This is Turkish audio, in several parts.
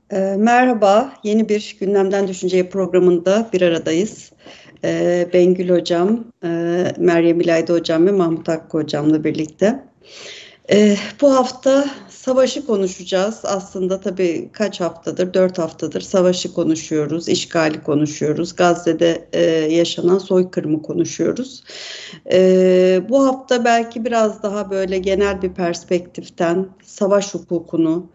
Merhaba, yeni bir Gündemden Düşünceye programında bir aradayız. Bengül Hocam, Meryem İlayda Hocam ve Mahmut Hakkı Hocam'la birlikte. Bu hafta savaşı konuşacağız. Aslında tabii kaç haftadır, 4 haftadır savaşı konuşuyoruz, işgali konuşuyoruz. Gazze'de yaşanan soykırımı konuşuyoruz. Bu hafta belki biraz daha böyle genel bir perspektiften savaş hukukunu,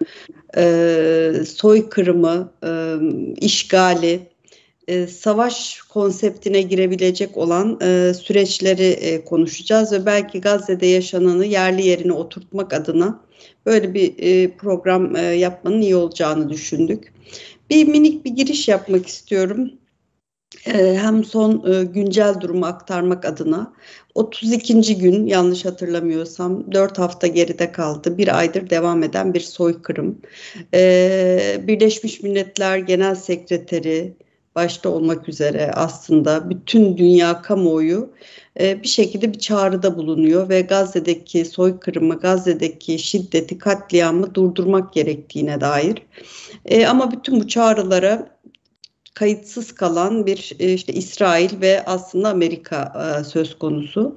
soykırımı, işgali, savaş konseptine girebilecek olan süreçleri konuşacağız ve belki Gazze'de yaşananı yerli yerine oturtmak adına böyle bir program yapmanın iyi olacağını düşündük. Bir minik bir giriş yapmak istiyorum. Hem son güncel durumu aktarmak adına 32. gün yanlış hatırlamıyorsam 4 hafta geride kaldı. Bir aydır devam eden bir soykırım. Birleşmiş Milletler Genel Sekreteri başta olmak üzere aslında bütün dünya kamuoyu bir şekilde bir çağrıda bulunuyor ve Gazze'deki soykırımı, Gazze'deki şiddeti, katliamı durdurmak gerektiğine dair. Ama bütün bu çağrılara kayıtsız kalan bir işte İsrail ve aslında Amerika söz konusu.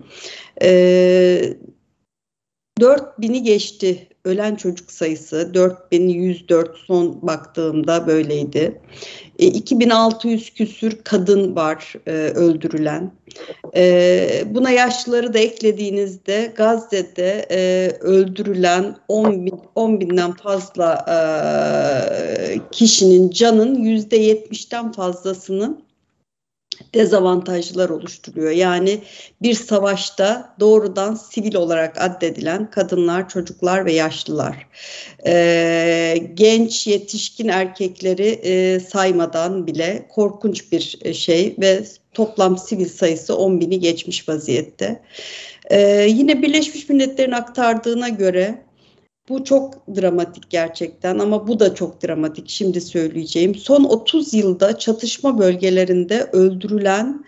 4000'i geçti ölen çocuk sayısı. 4104 son baktığımda böyleydi. 2600 küsür kadın var öldürülen. Buna yaşlıları da eklediğinizde Gazze'de öldürülen 10 binden fazla kişinin canın %70'ten fazlasını dezavantajlılar oluşturuyor. Yani bir savaşta doğrudan sivil olarak addedilen kadınlar, çocuklar ve yaşlılar. Genç, yetişkin erkekleri saymadan bile korkunç bir şey ve toplam sivil sayısı 10 bini geçmiş vaziyette. Yine Birleşmiş Milletler'in aktardığına göre bu çok dramatik gerçekten ama bu da çok dramatik şimdi söyleyeceğim. Son 30 yılda çatışma bölgelerinde öldürülen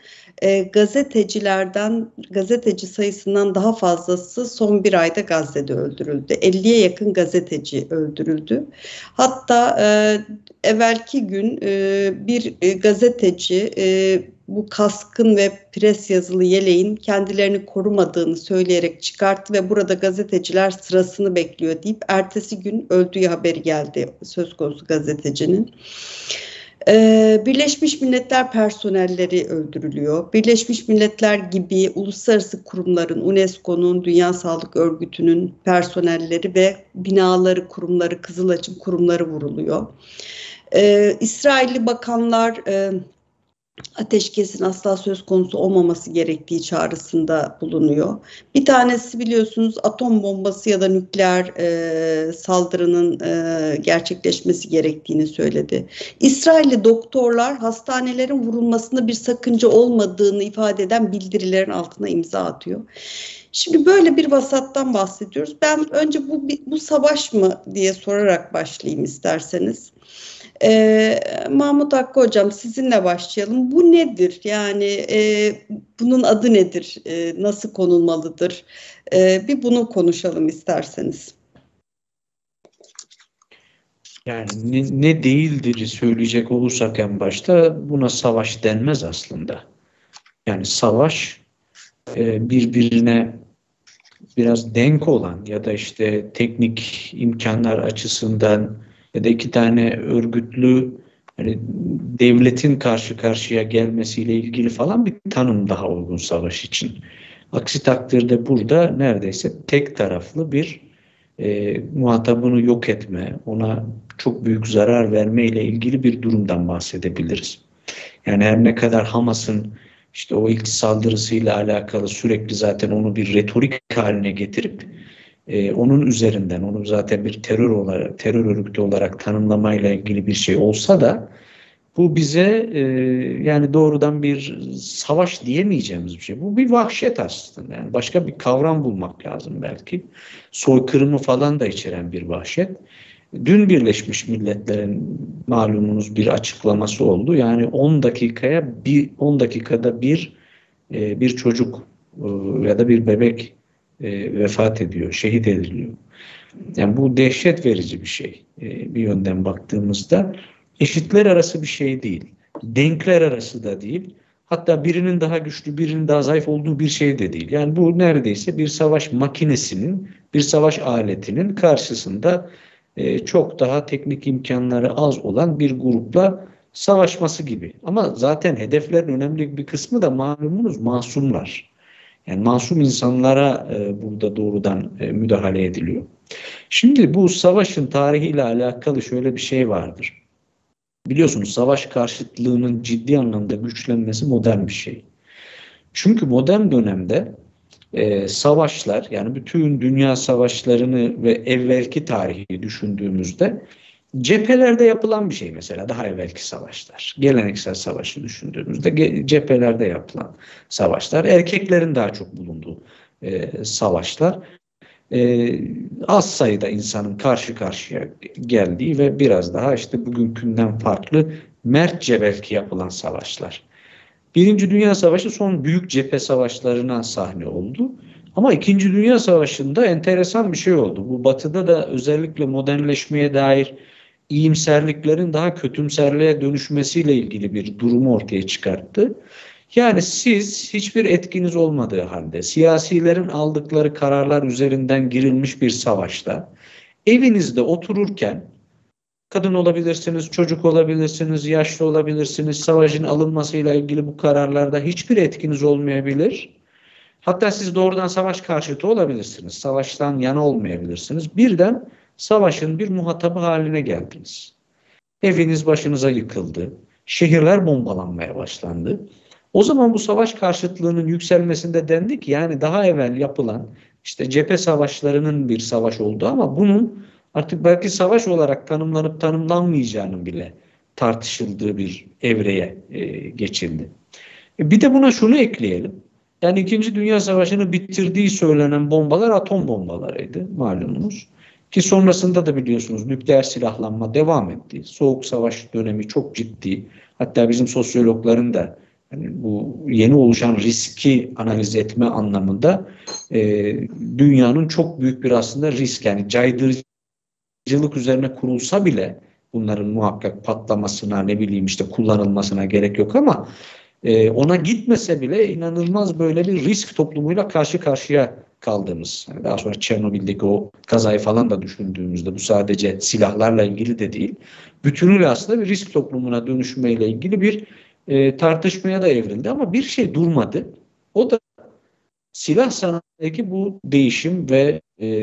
gazeteci sayısından daha fazlası son bir ayda Gazze'de öldürüldü. 50'ye yakın gazeteci öldürüldü. Hatta evvelki gün bir gazeteci bu kaskın ve pres yazılı yeleğin kendilerini korumadığını söyleyerek çıkarttı ve burada gazeteciler sırasını bekliyor deyip ertesi gün öldüğü haberi geldi söz konusu gazetecinin. Birleşmiş Milletler personelleri öldürülüyor. Birleşmiş Milletler gibi uluslararası kurumların, UNESCO'nun, Dünya Sağlık Örgütü'nün personelleri ve binaları, kurumları, Kızılaç'ın kurumları vuruluyor. İsrailli bakanlar ateşkesin asla söz konusu olmaması gerektiği çağrısında bulunuyor. Bir tanesi biliyorsunuz atom bombası ya da nükleer saldırının gerçekleşmesi gerektiğini söyledi. İsrailli doktorlar hastanelerin vurulmasında bir sakınca olmadığını ifade eden bildirilerin altına imza atıyor. Şimdi böyle bir vasattan bahsediyoruz. Ben önce bu savaş mı diye sorarak başlayayım isterseniz. Mahmut Hakkı Hocam sizinle başlayalım. Bu nedir? Yani bunun adı nedir? Nasıl konulmalıdır? Bir bunu konuşalım isterseniz. Yani ne değildir söyleyecek olursak en başta buna savaş denmez aslında. Yani savaş birbirine biraz denk olan ya da işte teknik imkanlar açısından ya da iki tane örgütlü hani devletin karşı karşıya gelmesiyle ilgili falan bir tanım daha uygun savaş için. Aksi takdirde burada neredeyse tek taraflı bir muhatabını yok etme, ona çok büyük zarar verme ile ilgili bir durumdan bahsedebiliriz. Yani her ne kadar Hamas'ın işte o ilk saldırısıyla alakalı sürekli zaten onu bir retorik haline getirip onun üzerinden onu zaten bir terör örgütü olarak tanımlamayla ilgili bir şey olsa da bu bize yani doğrudan bir savaş diyemeyeceğimiz bir şey. Bu bir vahşet aslında. Yani başka bir kavram bulmak lazım belki. Soykırımı falan da içeren bir vahşet. Dün Birleşmiş Milletler'in malumunuz bir açıklaması oldu. Yani 10 dakikada bir çocuk ya da bir bebek vefat ediyor, şehit ediliyor. Yani bu dehşet verici bir şey bir yönden baktığımızda. Eşitler arası bir şey değil. Denkler arası da değil. Hatta birinin daha güçlü, birinin daha zayıf olduğu bir şey de değil. Yani bu neredeyse bir savaş makinesinin, bir savaş aletinin karşısında çok daha teknik imkanları az olan bir grupla savaşması gibi. Ama zaten hedeflerin önemli bir kısmı da malumunuz masumlar. Yani masum insanlara burada doğrudan müdahale ediliyor. Şimdi bu savaşın tarihiyle alakalı şöyle bir şey vardır. Biliyorsunuz savaş karşıtlığının ciddi anlamda güçlenmesi modern bir şey. Çünkü modern dönemde savaşlar, yani bütün dünya savaşlarını ve evvelki tarihi düşündüğümüzde cephelerde yapılan bir şey, mesela daha evvelki savaşlar. Geleneksel savaşı düşündüğümüzde cephelerde yapılan savaşlar, erkeklerin daha çok bulunduğu savaşlar, az sayıda insanın karşı karşıya geldiği ve biraz daha işte bugünkünden farklı mertçe belki yapılan savaşlar. Birinci Dünya Savaşı son büyük cephe savaşlarına sahne oldu. Ama İkinci Dünya Savaşı'nda enteresan bir şey oldu. Bu Batı'da da özellikle modernleşmeye dair iyimserliklerin daha kötümserliğe dönüşmesiyle ilgili bir durumu ortaya çıkarttı. Yani siz hiçbir etkiniz olmadığı halde siyasilerin aldıkları kararlar üzerinden girilmiş bir savaşta evinizde otururken kadın olabilirsiniz, çocuk olabilirsiniz, yaşlı olabilirsiniz. Savaşın alınmasıyla ilgili bu kararlarda hiçbir etkiniz olmayabilir. Hatta siz doğrudan savaş karşıtı olabilirsiniz. Savaştan yana olmayabilirsiniz. Birden savaşın bir muhatabı haline geldiniz. Eviniz başınıza yıkıldı. Şehirler bombalanmaya başlandı. O zaman bu savaş karşıtlığının yükselmesinde dendi ki yani daha evvel yapılan işte cephe savaşlarının bir savaş oldu ama bunun artık belki savaş olarak tanımlanıp tanımlanmayacağının bile tartışıldığı bir evreye geçildi. Bir de buna şunu ekleyelim. Yani İkinci Dünya Savaşı'nı bitirdiği söylenen bombalar atom bombalarıydı malumunuz. Ki sonrasında da biliyorsunuz nükleer silahlanma devam etti. Soğuk Savaş dönemi çok ciddi. Hatta bizim sosyologların da yani bu yeni oluşan riski analiz etme anlamında e, dünyanın çok büyük bir aslında risk, yani caydırıcılık üzerine kurulsa bile bunların muhakkak patlamasına, ne bileyim işte kullanılmasına gerek yok ama ona gitmese bile inanılmaz böyle bir risk toplumuyla karşı karşıya kaldığımız. Yani daha sonra Çernobil'deki o kazayı falan da düşündüğümüzde bu sadece silahlarla ilgili de değil. Bütünüyle aslında bir risk toplumuna dönüşmeyle ilgili bir tartışmaya da evrildi ama bir şey durmadı. O da silah sanayindeki bu değişim ve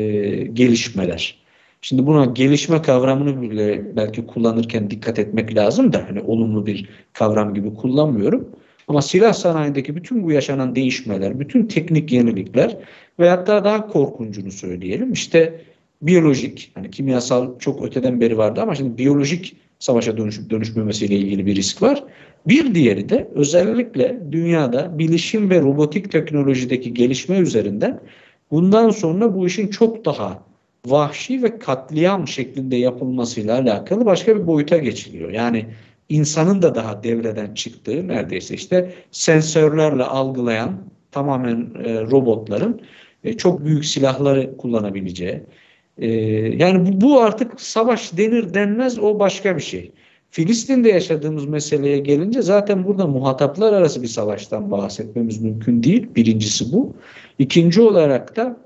gelişmeler. Şimdi buna gelişme kavramını bile belki kullanırken dikkat etmek lazım da hani olumlu bir kavram gibi kullanmıyorum. Ama silah sanayindeki bütün bu yaşanan değişmeler, bütün teknik yenilikler ve hatta daha korkuncunu söyleyelim. İşte biyolojik, hani kimyasal çok öteden beri vardı ama şimdi biyolojik savaşa dönüşüp dönüşmemesiyle ilgili bir risk var. Bir diğeri de özellikle dünyada bilişim ve robotik teknolojideki gelişme üzerinden bundan sonra bu işin çok daha vahşi ve katliam şeklinde yapılmasıyla alakalı başka bir boyuta geçiliyor. Yani insanın da daha devreden çıktığı, neredeyse işte sensörlerle algılayan tamamen robotların çok büyük silahları kullanabileceği. Yani bu artık savaş denir denmez o başka bir şey. Filistin'de yaşadığımız meseleye gelince zaten burada muhataplar arası bir savaştan bahsetmemiz mümkün değil. Birincisi bu. İkinci olarak da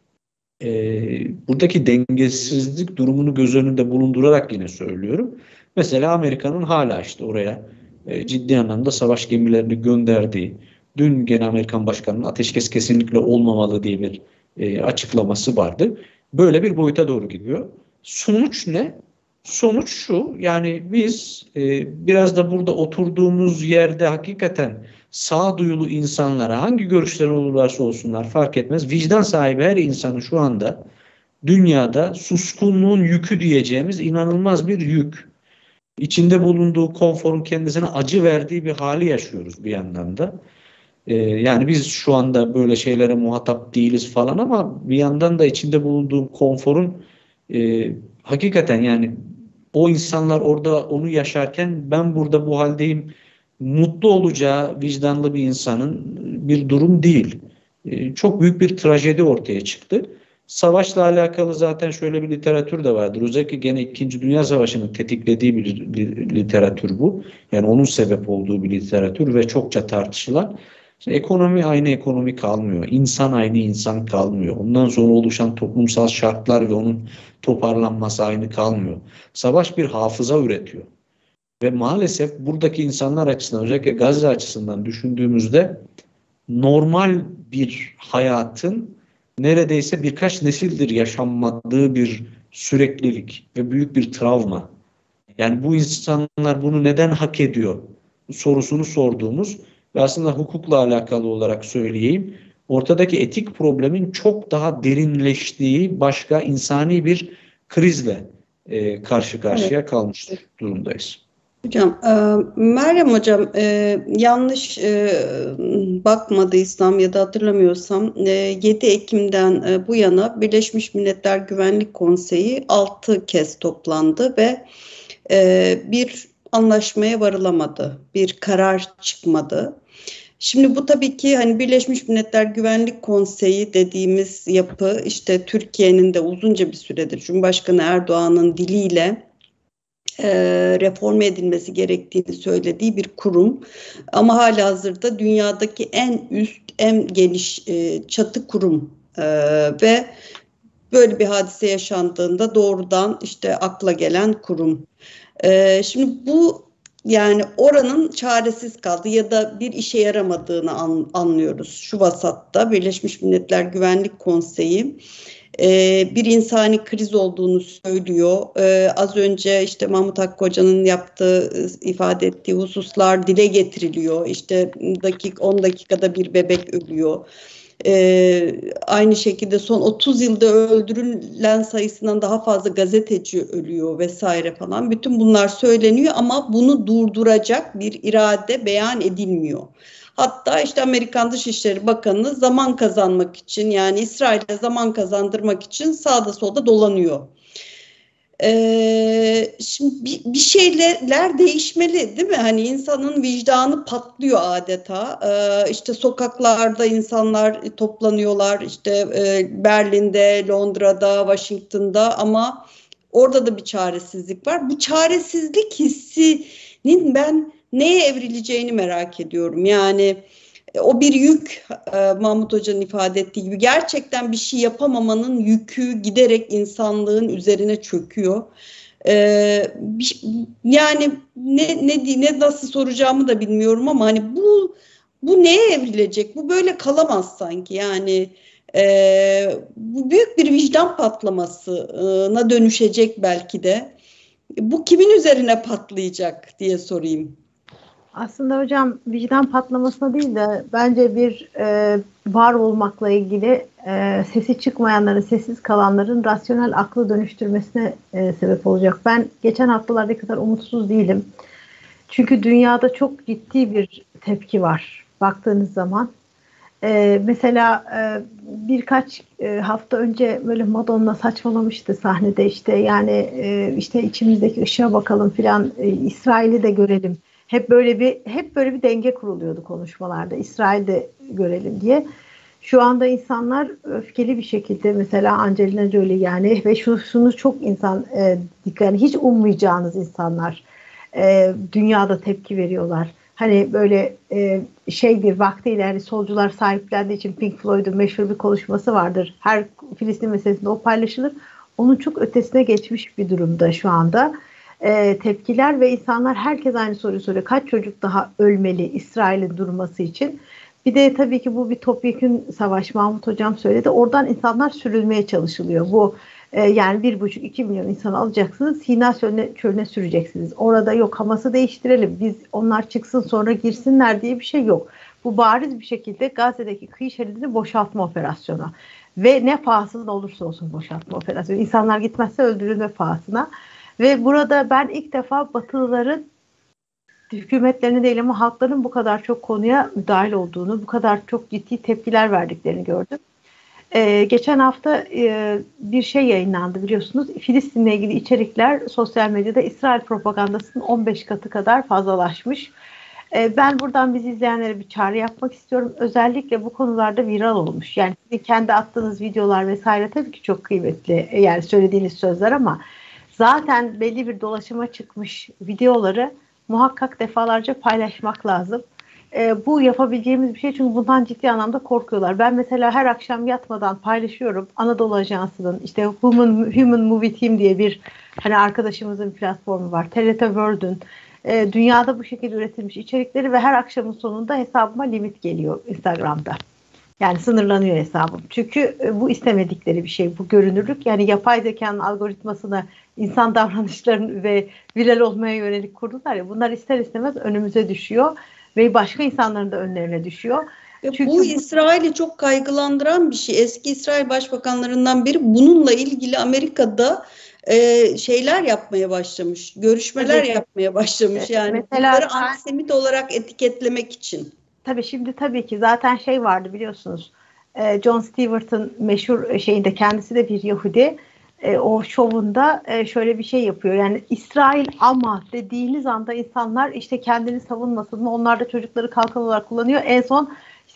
buradaki dengesizlik durumunu göz önünde bulundurarak yine söylüyorum. Mesela Amerika'nın hala işte oraya ciddi anlamda savaş gemilerini gönderdiği, dün gene Amerikan Başkanı'nın ateşkes kesinlikle olmamalı diye bir açıklaması vardı. Böyle bir boyuta doğru gidiyor. Sonuç ne? Sonuç şu, yani biz biraz da burada oturduğumuz yerde hakikaten sağduyulu insanlara, hangi görüşleri olurlarsa olsunlar fark etmez, vicdan sahibi her insanın şu anda dünyada suskunluğun yükü diyeceğimiz inanılmaz bir yük. İçinde bulunduğu konforun kendisine acı verdiği bir hali yaşıyoruz bir yandan da. Yani biz şu anda böyle şeylere muhatap değiliz falan ama bir yandan da içinde bulunduğum konforun hakikaten yani o insanlar orada onu yaşarken ben burada bu haldeyim mutlu olacağı vicdanlı bir insanın bir durum değil. Çok büyük bir trajedi ortaya çıktı. Savaşla alakalı zaten şöyle bir literatür de vardır. Özellikle gene İkinci Dünya Savaşı'nın tetiklediği bir literatür bu. Yani onun sebep olduğu bir literatür ve çokça tartışılan. İşte ekonomi aynı ekonomi kalmıyor. İnsan aynı insan kalmıyor. Ondan sonra oluşan toplumsal şartlar ve onun toparlanması aynı kalmıyor. Savaş bir hafıza üretiyor. Ve maalesef buradaki insanlar açısından, özellikle Gazze açısından düşündüğümüzde normal bir hayatın neredeyse birkaç nesildir yaşanmadığı bir süreklilik ve büyük bir travma. Yani bu insanlar bunu neden hak ediyor sorusunu sorduğumuz ve aslında hukukla alakalı olarak söyleyeyim, ortadaki etik problemin çok daha derinleştiği başka insani bir krizle karşı karşıya kalmış durumdayız. Hocam, Meryem Hocam, yanlış bakmadıysam ya da hatırlamıyorsam 7 Ekim'den bu yana Birleşmiş Milletler Güvenlik Konseyi 6 kez toplandı ve bir anlaşmaya varılamadı, bir karar çıkmadı. Şimdi bu tabii ki hani Birleşmiş Milletler Güvenlik Konseyi dediğimiz yapı işte Türkiye'nin de uzunca bir süredir Cumhurbaşkanı Erdoğan'ın diliyle reforme edilmesi gerektiğini söylediği bir kurum. Ama halihazırda dünyadaki en üst, en geniş çatı kurum ve böyle bir hadise yaşandığında doğrudan işte akla gelen kurum. Şimdi bu yani oranın çaresiz kaldı ya da bir işe yaramadığını anlıyoruz. Şu vasatta Birleşmiş Milletler Güvenlik Konseyi bir insani kriz olduğunu söylüyor. Az önce işte Mahmut Hakkı Hoca'nın ifade ettiği hususlar dile getiriliyor. İşte 10 dakikada bir bebek ölüyor. Aynı şekilde son 30 yılda öldürülen sayısından daha fazla gazeteci ölüyor vesaire falan. Bütün bunlar söyleniyor ama bunu durduracak bir irade beyan edilmiyor. Hatta işte Amerikan Dışişleri Bakanı zaman kazanmak için yani İsrail'e zaman kazandırmak için sağda solda dolanıyor. Şimdi bir şeyler değişmeli değil mi? Hani insanın vicdanı patlıyor adeta. İşte sokaklarda insanlar toplanıyorlar. İşte Berlin'de, Londra'da, Washington'da ama orada da bir çaresizlik var. Bu çaresizlik hissinin ben neye evrileceğini merak ediyorum. Yani o bir yük, Mahmut Hoca'nın ifade ettiği gibi gerçekten bir şey yapamamanın yükü giderek insanlığın üzerine çöküyor. Yani ne nasıl soracağımı da bilmiyorum ama hani bu neye evrilecek? Bu böyle kalamaz sanki. Yani bu büyük bir vicdan patlamasına dönüşecek belki de. Bu kimin üzerine patlayacak diye sorayım. Aslında hocam vicdan patlamasına değil de bence bir var olmakla ilgili sesi çıkmayanların, sessiz kalanların rasyonel aklı dönüştürmesine sebep olacak. Ben geçen haftalarda kadar umutsuz değilim. Çünkü dünyada çok ciddi bir tepki var baktığınız zaman. Mesela birkaç hafta önce böyle Madonna saçmalamıştı sahnede işte yani işte içimizdeki ışığa bakalım filan İsrail'i de görelim. Hep böyle bir denge kuruluyordu konuşmalarda. İsrail'de görelim diye. Şu anda insanlar öfkeli bir şekilde mesela Angelina Jolie yani ve şunu çok insan yani hiç ummayacağınız insanlar dünyada tepki veriyorlar. Hani böyle bir vaktiyle yani solcular sahiplendiği için Pink Floyd'un meşhur bir konuşması vardır. Her Filistin meselesinde o paylaşılır. Onun çok ötesine geçmiş bir durumda şu anda. Tepkiler ve insanlar herkes aynı soruyu soruyor. Kaç çocuk daha ölmeli İsrail'in durması için? Bir de tabii ki bu bir topyekün savaş. Mahmut Hocam söyledi. Oradan insanlar sürülmeye çalışılıyor. Bu yani 1,5-2 milyon insanı alacaksınız. Sina çölüne süreceksiniz. Orada yok Hamas'ı değiştirelim. Biz onlar çıksın sonra girsinler diye bir şey yok. Bu bariz bir şekilde Gazze'deki kıyı şeridini boşaltma operasyonu. Ve ne pahasına olursa olsun boşaltma operasyonu. İnsanlar gitmezse öldürülme pahasına. Ve burada ben ilk defa Batılıların hükümetlerini değil ama halkların bu kadar çok konuya müdahil olduğunu, bu kadar çok ciddi tepkiler verdiklerini gördüm. Geçen hafta bir şey yayınlandı biliyorsunuz. Filistin'le ilgili içerikler sosyal medyada İsrail propagandasının 15 katı kadar fazlalaşmış. Ben buradan bizi izleyenlere bir çağrı yapmak istiyorum. Özellikle bu konularda viral olmuş. Yani sizin kendi attığınız videolar vesaire tabii ki çok kıymetli. Yani söylediğiniz sözler ama zaten belli bir dolaşıma çıkmış videoları muhakkak defalarca paylaşmak lazım. Bu yapabileceğimiz bir şey çünkü bundan ciddi anlamda korkuyorlar. Ben mesela her akşam yatmadan paylaşıyorum. Anadolu Ajansı'nın işte Human Movie Team diye bir hani arkadaşımızın platformu var. TRT World'ün dünyada bu şekilde üretilmiş içerikleri ve her akşamın sonunda hesabıma limit geliyor Instagram'da. Yani sınırlanıyor hesabım. Çünkü bu istemedikleri bir şey. Bu görünürlük yani yapay zekanın algoritmasını insan davranışlarını ve viral olmaya yönelik kurdular ya bunlar ister istemez önümüze düşüyor ve başka insanların da önlerine düşüyor. Çünkü bu İsrail'i çok kaygılandıran bir şey. Eski İsrail başbakanlarından biri bununla ilgili Amerika'da şeyler yapmaya başlamış, görüşmeler yapmaya başlamış. Yani mesela bunları antisemit olarak etiketlemek için. Tabii ki zaten şey vardı biliyorsunuz. Jon Stewart'ın meşhur şeyinde kendisi de bir Yahudi. O şovunda şöyle bir şey yapıyor. Yani İsrail ama dediğiniz anda insanlar işte kendini savunmasın mı? Onlar da çocukları kalkan olarak kullanıyor. En son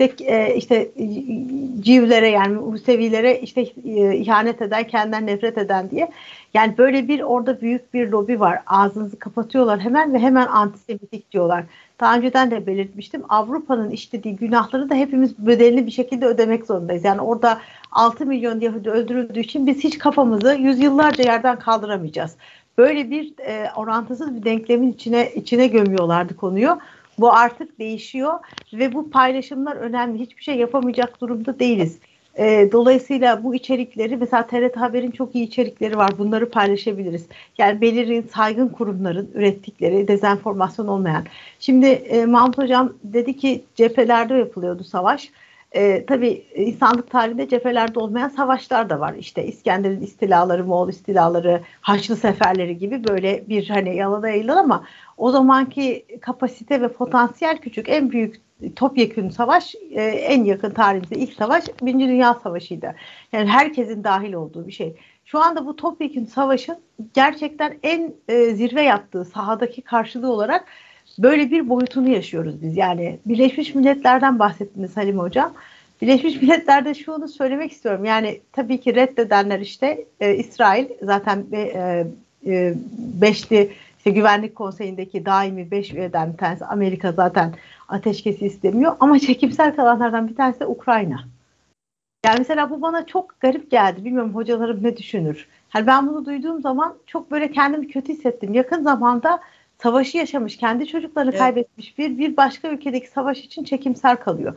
işte Civlere yani Musevilere işte ihanet eden, kendinden nefret eden diye. Yani böyle bir orada büyük bir lobi var. Ağzınızı kapatıyorlar hemen ve hemen antisemitik diyorlar. Daha önceden de belirtmiştim. Avrupa'nın işlediği günahları da hepimiz bedelini bir şekilde ödemek zorundayız. Yani orada 6 milyon Yahudi öldürüldüğü için biz hiç kafamızı yüzyıllarca yerden kaldıramayacağız. Böyle bir orantısız bir denklemin içine gömüyorlardı konuyu. Bu artık değişiyor ve bu paylaşımlar önemli. Hiçbir şey yapamayacak durumda değiliz. Dolayısıyla bu içerikleri mesela TRT Haber'in çok iyi içerikleri var. Bunları paylaşabiliriz. Yani belirli saygın kurumların ürettikleri dezenformasyon olmayan. Şimdi Mahmut Hocam dedi ki cephelerde yapılıyordu savaş. Tabii insanlık tarihinde cephelerde olmayan savaşlar da var. İşte İskender'in istilaları, Moğol istilaları, Haçlı seferleri gibi böyle bir hani yalada yayılan ama o zamanki kapasite ve potansiyel küçük. En büyük topyekün savaş en yakın tarihimizde ilk savaş Birinci Dünya Savaşı'ydı. Yani herkesin dahil olduğu bir şey. Şu anda bu topyekün savaşın gerçekten en zirve yaptığı sahadaki karşılığı olarak böyle bir boyutunu yaşıyoruz biz. Yani Birleşmiş Milletler'den bahsettiniz Halim Hocam. Birleşmiş Milletler'de şunu söylemek istiyorum. Yani tabii ki reddedenler işte İsrail zaten beşli işte Güvenlik Konseyi'ndeki daimi 5 üyeden bir tanesi Amerika zaten ateşkesi istemiyor. Ama çekimsel kalanlardan bir tanesi de Ukrayna. Yani mesela bu bana çok garip geldi. Bilmiyorum hocalarım ne düşünür. Yani ben bunu duyduğum zaman çok böyle kendimi kötü hissettim. Yakın zamanda savaşı yaşamış, kendi çocuklarını kaybetmiş bir başka ülkedeki savaş için çekimsel kalıyor.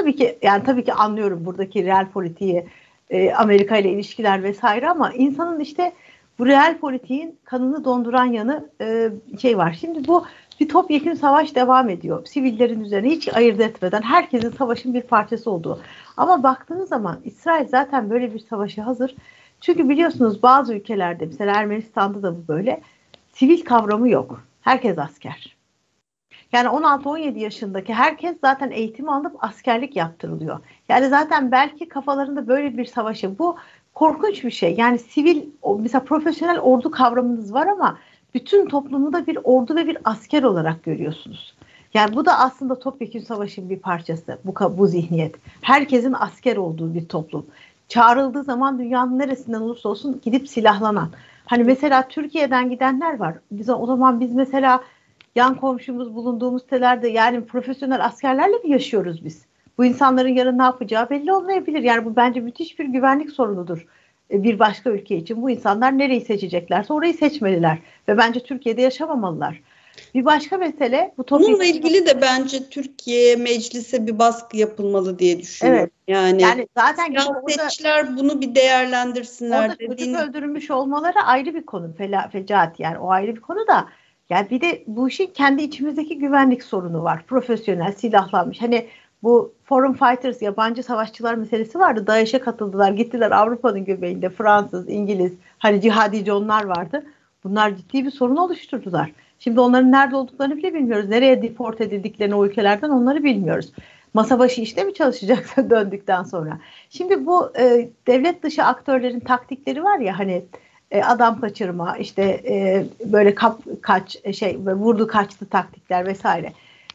Tabii ki anlıyorum buradaki real politiği, Amerika ile ilişkiler vesaire ama insanın işte bu real politiğin kanını donduran yanı var. Şimdi bu bir topyekün savaş devam ediyor. Sivillerin üzerine hiç ayırt etmeden herkesin savaşın bir parçası olduğu. Ama baktığınız zaman İsrail zaten böyle bir savaşa hazır. Çünkü biliyorsunuz bazı ülkelerde mesela Ermenistan'da da bu böyle sivil kavramı yok. Herkes asker. Yani 16-17 yaşındaki herkes zaten eğitim alıp askerlik yaptırılıyor. Yani zaten belki kafalarında böyle bir savaşı bu korkunç bir şey. Yani sivil mesela profesyonel ordu kavramınız var ama bütün toplumu da bir ordu ve bir asker olarak görüyorsunuz. Yani bu da aslında topyekün savaşın bir parçası bu zihniyet. Herkesin asker olduğu bir toplum. Çağrıldığı zaman dünyanın neresinden olursa olsun gidip silahlanan. Hani mesela Türkiye'den gidenler var. O zaman biz mesela yan komşumuz bulunduğumuz sitelerde yani profesyonel askerlerle mi yaşıyoruz biz? Bu insanların yarın ne yapacağı belli olmayabilir. Yani bu bence müthiş bir güvenlik sorunudur bir başka ülke için. Bu insanlar nereyi seçeceklerse orayı seçmeliler. Ve bence Türkiye'de yaşamamalılar. Bir başka mesele bu bununla ilgili de bence Türkiye meclise bir baskı yapılmalı diye düşünüyorum. Evet. Yani zaten siyasetçiler bunu bir değerlendirsinler. Orada çocuk öldürülmüş olmaları ayrı bir konu. Fecaat yani o ayrı bir konu da. Yani bir de bu işin kendi içimizdeki güvenlik sorunu var. Profesyonel, silahlanmış. Hani bu foreign fighters, yabancı savaşçılar meselesi vardı. DAEŞ'e katıldılar, gittiler Avrupa'nın göbeğinde. Fransız, İngiliz, hani cihadi John'lar vardı. Bunlar ciddi bir sorun oluşturdular. Şimdi onların nerede olduklarını bile bilmiyoruz. Nereye deport edildiklerini o ülkelerden onları bilmiyoruz. Masa başı işte mi çalışacaksa döndükten sonra. Şimdi bu devlet dışı aktörlerin taktikleri var ya hani adam kaçırma işte böyle vurdu kaçtı taktikler vesaire.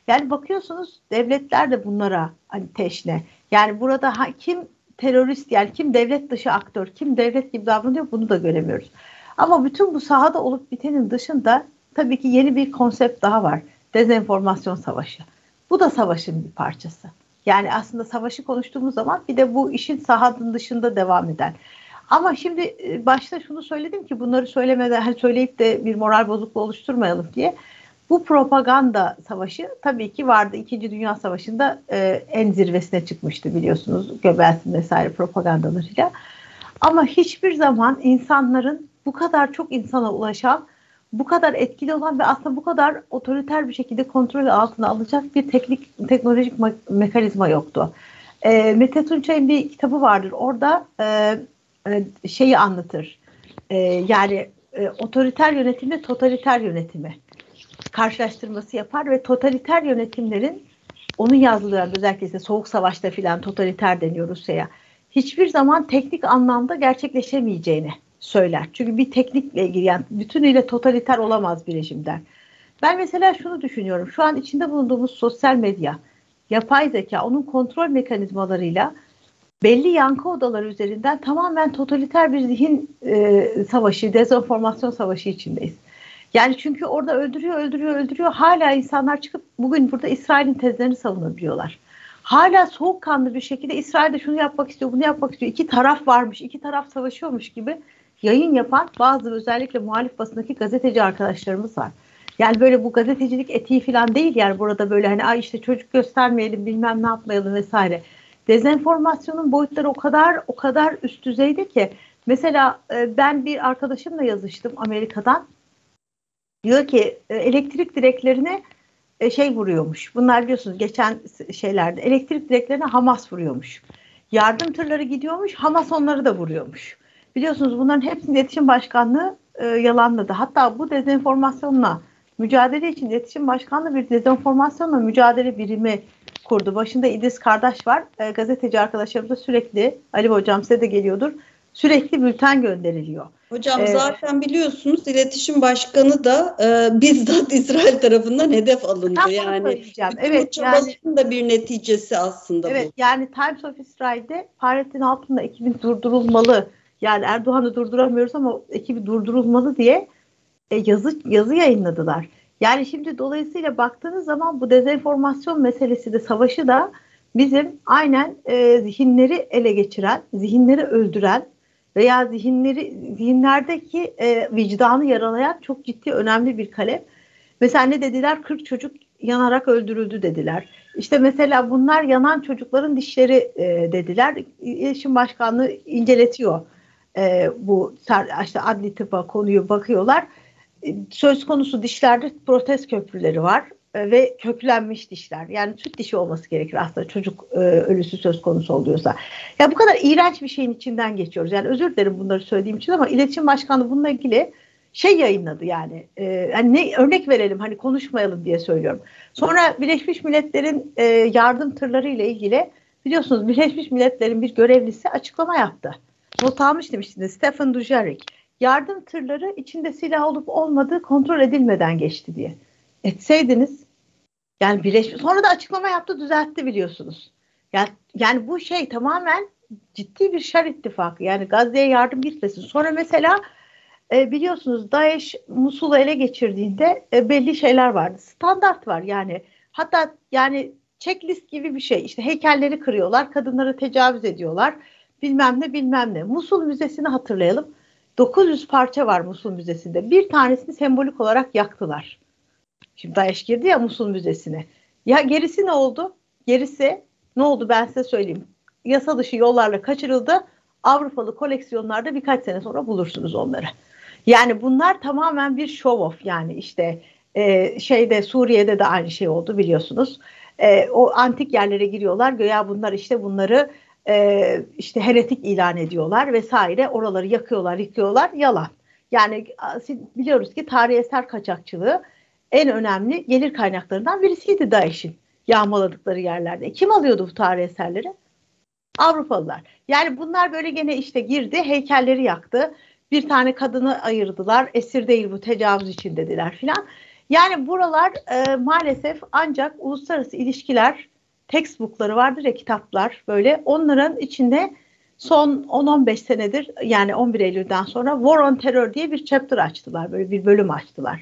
Yani bakıyorsunuz devletler de bunlara hani teşne. Yani burada kim terörist, yani kim devlet dışı aktör, kim devlet gibi davranıyor, bunu da göremiyoruz. Ama bütün bu sahada olup bitenin dışında tabii ki yeni bir konsept daha var. Dezenformasyon savaşı. Bu da savaşın bir parçası. Yani aslında savaşı konuştuğumuz zaman bir de bu işin sahanın dışında devam eden. Ama şimdi başta şunu söyledim ki bunları söylemeden, hani söyleyip de bir moral bozukluğu oluşturmayalım diye. Bu propaganda savaşı tabii ki vardı. İkinci Dünya Savaşı'nda en zirvesine çıkmıştı biliyorsunuz. Göbels'in vesaire propagandalarıyla. Ama hiçbir zaman insanların bu kadar çok insana ulaşan, bu kadar etkili olan ve aslında bu kadar otoriter bir şekilde kontrol altına alacak bir teknolojik mekanizma yoktu. Mete Tunçay'ın bir kitabı vardır. Orada şeyi anlatır. Yani otoriter yönetimle totaliter yönetimi karşılaştırması yapar ve totaliter yönetimlerin, onun yazdığı özellikle ise Soğuk Savaş'ta filan totaliter deniyor Rusya'ya, hiçbir zaman teknik anlamda gerçekleşemeyeceğini söyler. Çünkü bir teknikle ilgili, yani bütünüyle totaliter olamaz bir rejimden. Ben mesela şunu düşünüyorum. Şu an içinde bulunduğumuz sosyal medya, yapay zeka, onun kontrol mekanizmalarıyla belli yankı odaları üzerinden tamamen totaliter bir zihin savaşı, dezenformasyon savaşı içindeyiz. Yani çünkü orada öldürüyor. Hala insanlar çıkıp bugün burada İsrail'in tezlerini savunabiliyorlar. Hala soğukkanlı bir şekilde İsrail'de şunu yapmak istiyor, bunu yapmak istiyor. İki taraf varmış, iki taraf savaşıyormuş gibi yayın yapan bazı özellikle muhalif basındaki gazeteci arkadaşlarımız var. Yani böyle bu gazetecilik etiği falan değil, yani burada böyle hani ay işte çocuk göstermeyelim, bilmem ne yapmayalım vesaire. Dezenformasyonun boyutları o kadar üst düzeyde ki mesela ben bir arkadaşımla yazıştım Amerika'dan. Diyor ki elektrik direklerine vuruyormuş. Bunlar biliyorsunuz geçen şeylerde elektrik direklerine Hamas vuruyormuş. Yardım tırları gidiyormuş, Hamas onları da vuruyormuş. Biliyorsunuz bunların hepsinin iletişim başkanlığı yalanladı. Hatta bu dezenformasyonla mücadele için iletişim başkanlığı bir dezenformasyonla mücadele birimi kurdu. Başında İdris Kardeş var. Gazeteci arkadaşlarımıza sürekli, Ali Hocam size de geliyordur, sürekli bülten gönderiliyor. Hocam zaten biliyorsunuz iletişim başkanı da bizzat İsrail tarafından hedef alındı. Yani bu çabaların da bir neticesi aslında bu. Yani Times of İsrail'de Fahrettin Altun'la ekibin durdurulmalı, yani Erdoğan'ı durduramıyoruz ama ekibi durdurulmalı diye yazı yayınladılar. Yani şimdi dolayısıyla baktığınız zaman bu dezenformasyon meselesi de, savaşı da bizim aynen zihinleri ele geçiren, zihinleri öldüren veya zihinlerdeki vicdanı yaralayan çok ciddi, önemli bir kalem. Mesela ne dediler? 40 çocuk yanarak öldürüldü dediler. İşte mesela bunlar yanan çocukların dişleri dediler. İletişim Başkanlığı inceletiyor. Bu işte adli tıbba konuyu bakıyorlar. Söz konusu dişlerde protez köprüleri var ve köklenmiş dişler. Yani süt dişi olması gerekir aslında çocuk ölüsü söz konusu oluyorsa. Ya bu kadar iğrenç bir şeyin içinden geçiyoruz. Yani özür dilerim bunları söylediğim için ama İletişim Başkanlığı bununla ilgili yayınladı yani. Hani ne örnek verelim, hani konuşmayalım diye söylüyorum. Sonra Birleşmiş Milletler'in yardım tırları ile ilgili biliyorsunuz Birleşmiş Milletler'in bir görevlisi açıklama yaptı. Not almış demiştiniz, Stephen Dujarric. Yardım tırları içinde silah olup olmadığı kontrol edilmeden geçti diye. Etseydiniz, yani sonra da açıklama yaptı, düzeltti biliyorsunuz. Yani bu tamamen ciddi bir şer ittifakı. Yani Gazze'ye yardım gitmesin. Sonra mesela biliyorsunuz DAEŞ Musul'u ele geçirdiğinde belli şeyler vardı. Standart var yani. Hatta yani checklist gibi bir şey. İşte heykelleri kırıyorlar, kadınları tecavüz ediyorlar. Bilmem ne. Musul Müzesi'ni hatırlayalım. 900 parça var Musul Müzesi'nde. Bir tanesini sembolik olarak yaktılar. Şimdi DAEŞ girdi ya Musul Müzesi'ne. Ya gerisi ne oldu? Gerisi ne oldu ben size söyleyeyim. Yasa dışı yollarla kaçırıldı. Avrupalı koleksiyonlarda birkaç sene sonra bulursunuz onları. Yani bunlar tamamen bir show off. Yani işte Suriye'de de aynı şey oldu biliyorsunuz. O antik yerlere giriyorlar. Güya bunlar işte bunları işte heretik ilan ediyorlar vesaire. Oraları yakıyorlar, yıkıyorlar. Yalan. Yani biliyoruz ki tarihi eser kaçakçılığı en önemli gelir kaynaklarından birisiydi DAEŞ'in yağmaladıkları yerlerde. Kim alıyordu bu tarihi eserleri? Avrupalılar. Yani bunlar böyle gene işte girdi, heykelleri yaktı. Bir tane kadını ayırdılar. Esir değil bu, tecavüz için dediler filan. Yani buralar maalesef ancak uluslararası ilişkiler textbookları vardır ya, kitaplar böyle. Onların içinde son 10-15 senedir, yani 11 Eylül'den sonra War on Terror diye bir chapter açtılar. Böyle bir bölüm açtılar.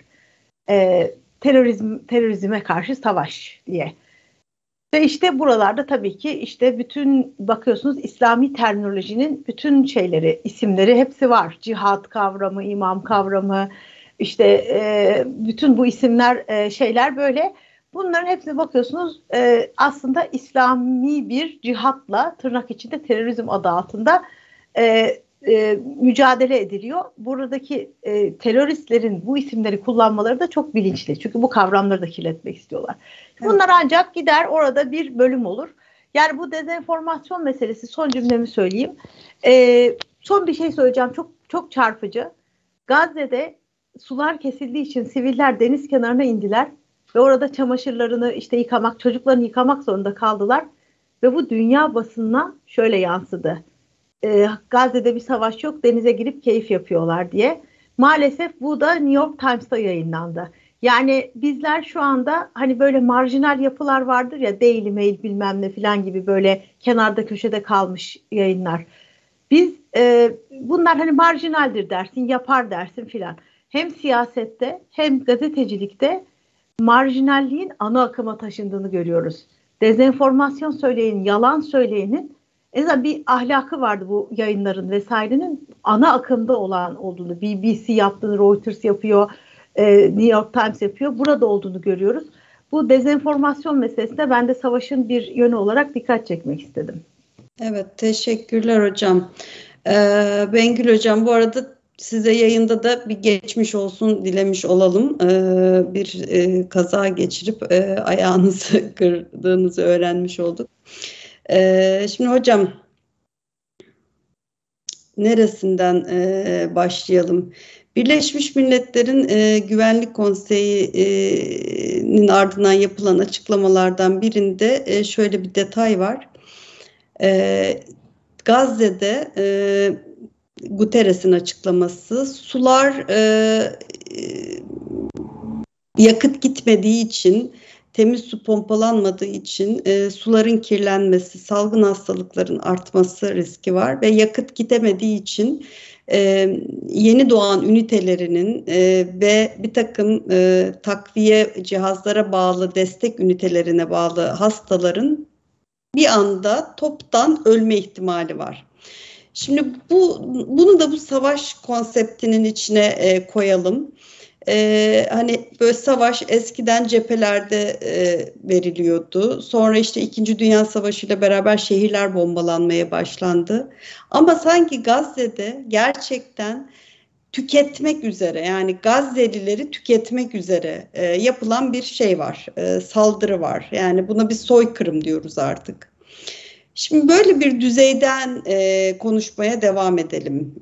Terörizme karşı savaş diye. Ve işte buralarda tabii ki işte bütün bakıyorsunuz İslami terminolojinin bütün şeyleri, isimleri hepsi var. Cihat kavramı, imam kavramı, işte bütün bu isimler, şeyler böyle. Bunların hepsine bakıyorsunuz aslında İslami bir cihatla, tırnak içinde terörizm adı altında mücadele ediliyor. Buradaki teröristlerin bu isimleri kullanmaları da çok bilinçli. Çünkü bu kavramları da kirletmek istiyorlar. Bunlar ancak gider orada bir bölüm olur. Yani bu dezenformasyon meselesi, son cümlemi söyleyeyim. Son bir şey söyleyeceğim, çok çok çarpıcı. Gazze'de sular kesildiği için siviller deniz kenarına indiler ve orada çamaşırlarını işte yıkamak, çocuklarını yıkamak zorunda kaldılar. Ve bu dünya basınına şöyle yansıdı. Gazze'de bir savaş yok, denize girip keyif yapıyorlar diye. Maalesef bu da New York Times'ta yayınlandı. Yani bizler şu anda hani böyle marjinal yapılar vardır ya, Daily Mail bilmem ne filan gibi böyle kenarda köşede kalmış yayınlar. Biz bunlar hani marjinaldir dersin, yapar dersin filan. Hem siyasette hem gazetecilikte marjinalliğin ana akıma taşındığını görüyoruz. Dezenformasyon söyleyenin, yalan söyleyenin en azından bir ahlakı vardı bu yayınların vesairenin ana akımda olduğunu, BBC yaptığını, Reuters yapıyor, New York Times yapıyor. Burada olduğunu görüyoruz. Bu dezenformasyon meselesine ben de savaşın bir yönü olarak dikkat çekmek istedim. Evet, teşekkürler hocam. Bengül hocam, bu arada size yayında da bir geçmiş olsun dilemiş olalım. Bir kaza geçirip ayağınızı kırdığınızı öğrenmiş olduk. Şimdi hocam, neresinden başlayalım? Birleşmiş Milletler'in Güvenlik Konseyi'nin ardından yapılan açıklamalardan birinde şöyle bir detay var. Gazze'de Guterres'in açıklaması, sular yakıt gitmediği için, temiz su pompalanmadığı için suların kirlenmesi, salgın hastalıkların artması riski var ve yakıt gidemediği için yeni doğan ünitelerinin ve bir takım takviye cihazlara bağlı, destek ünitelerine bağlı hastaların bir anda toptan ölme ihtimali var. Şimdi bunu da bu savaş konseptinin içine koyalım. Hani böyle savaş eskiden cephelerde veriliyordu. Sonra işte 2. Dünya Savaşı ile beraber şehirler bombalanmaya başlandı. Ama sanki Gazze'de gerçekten tüketmek üzere, yani Gazze'lileri tüketmek üzere yapılan bir şey var, saldırı var. Yani buna bir soykırım diyoruz artık. Şimdi böyle bir düzeyden konuşmaya devam edelim.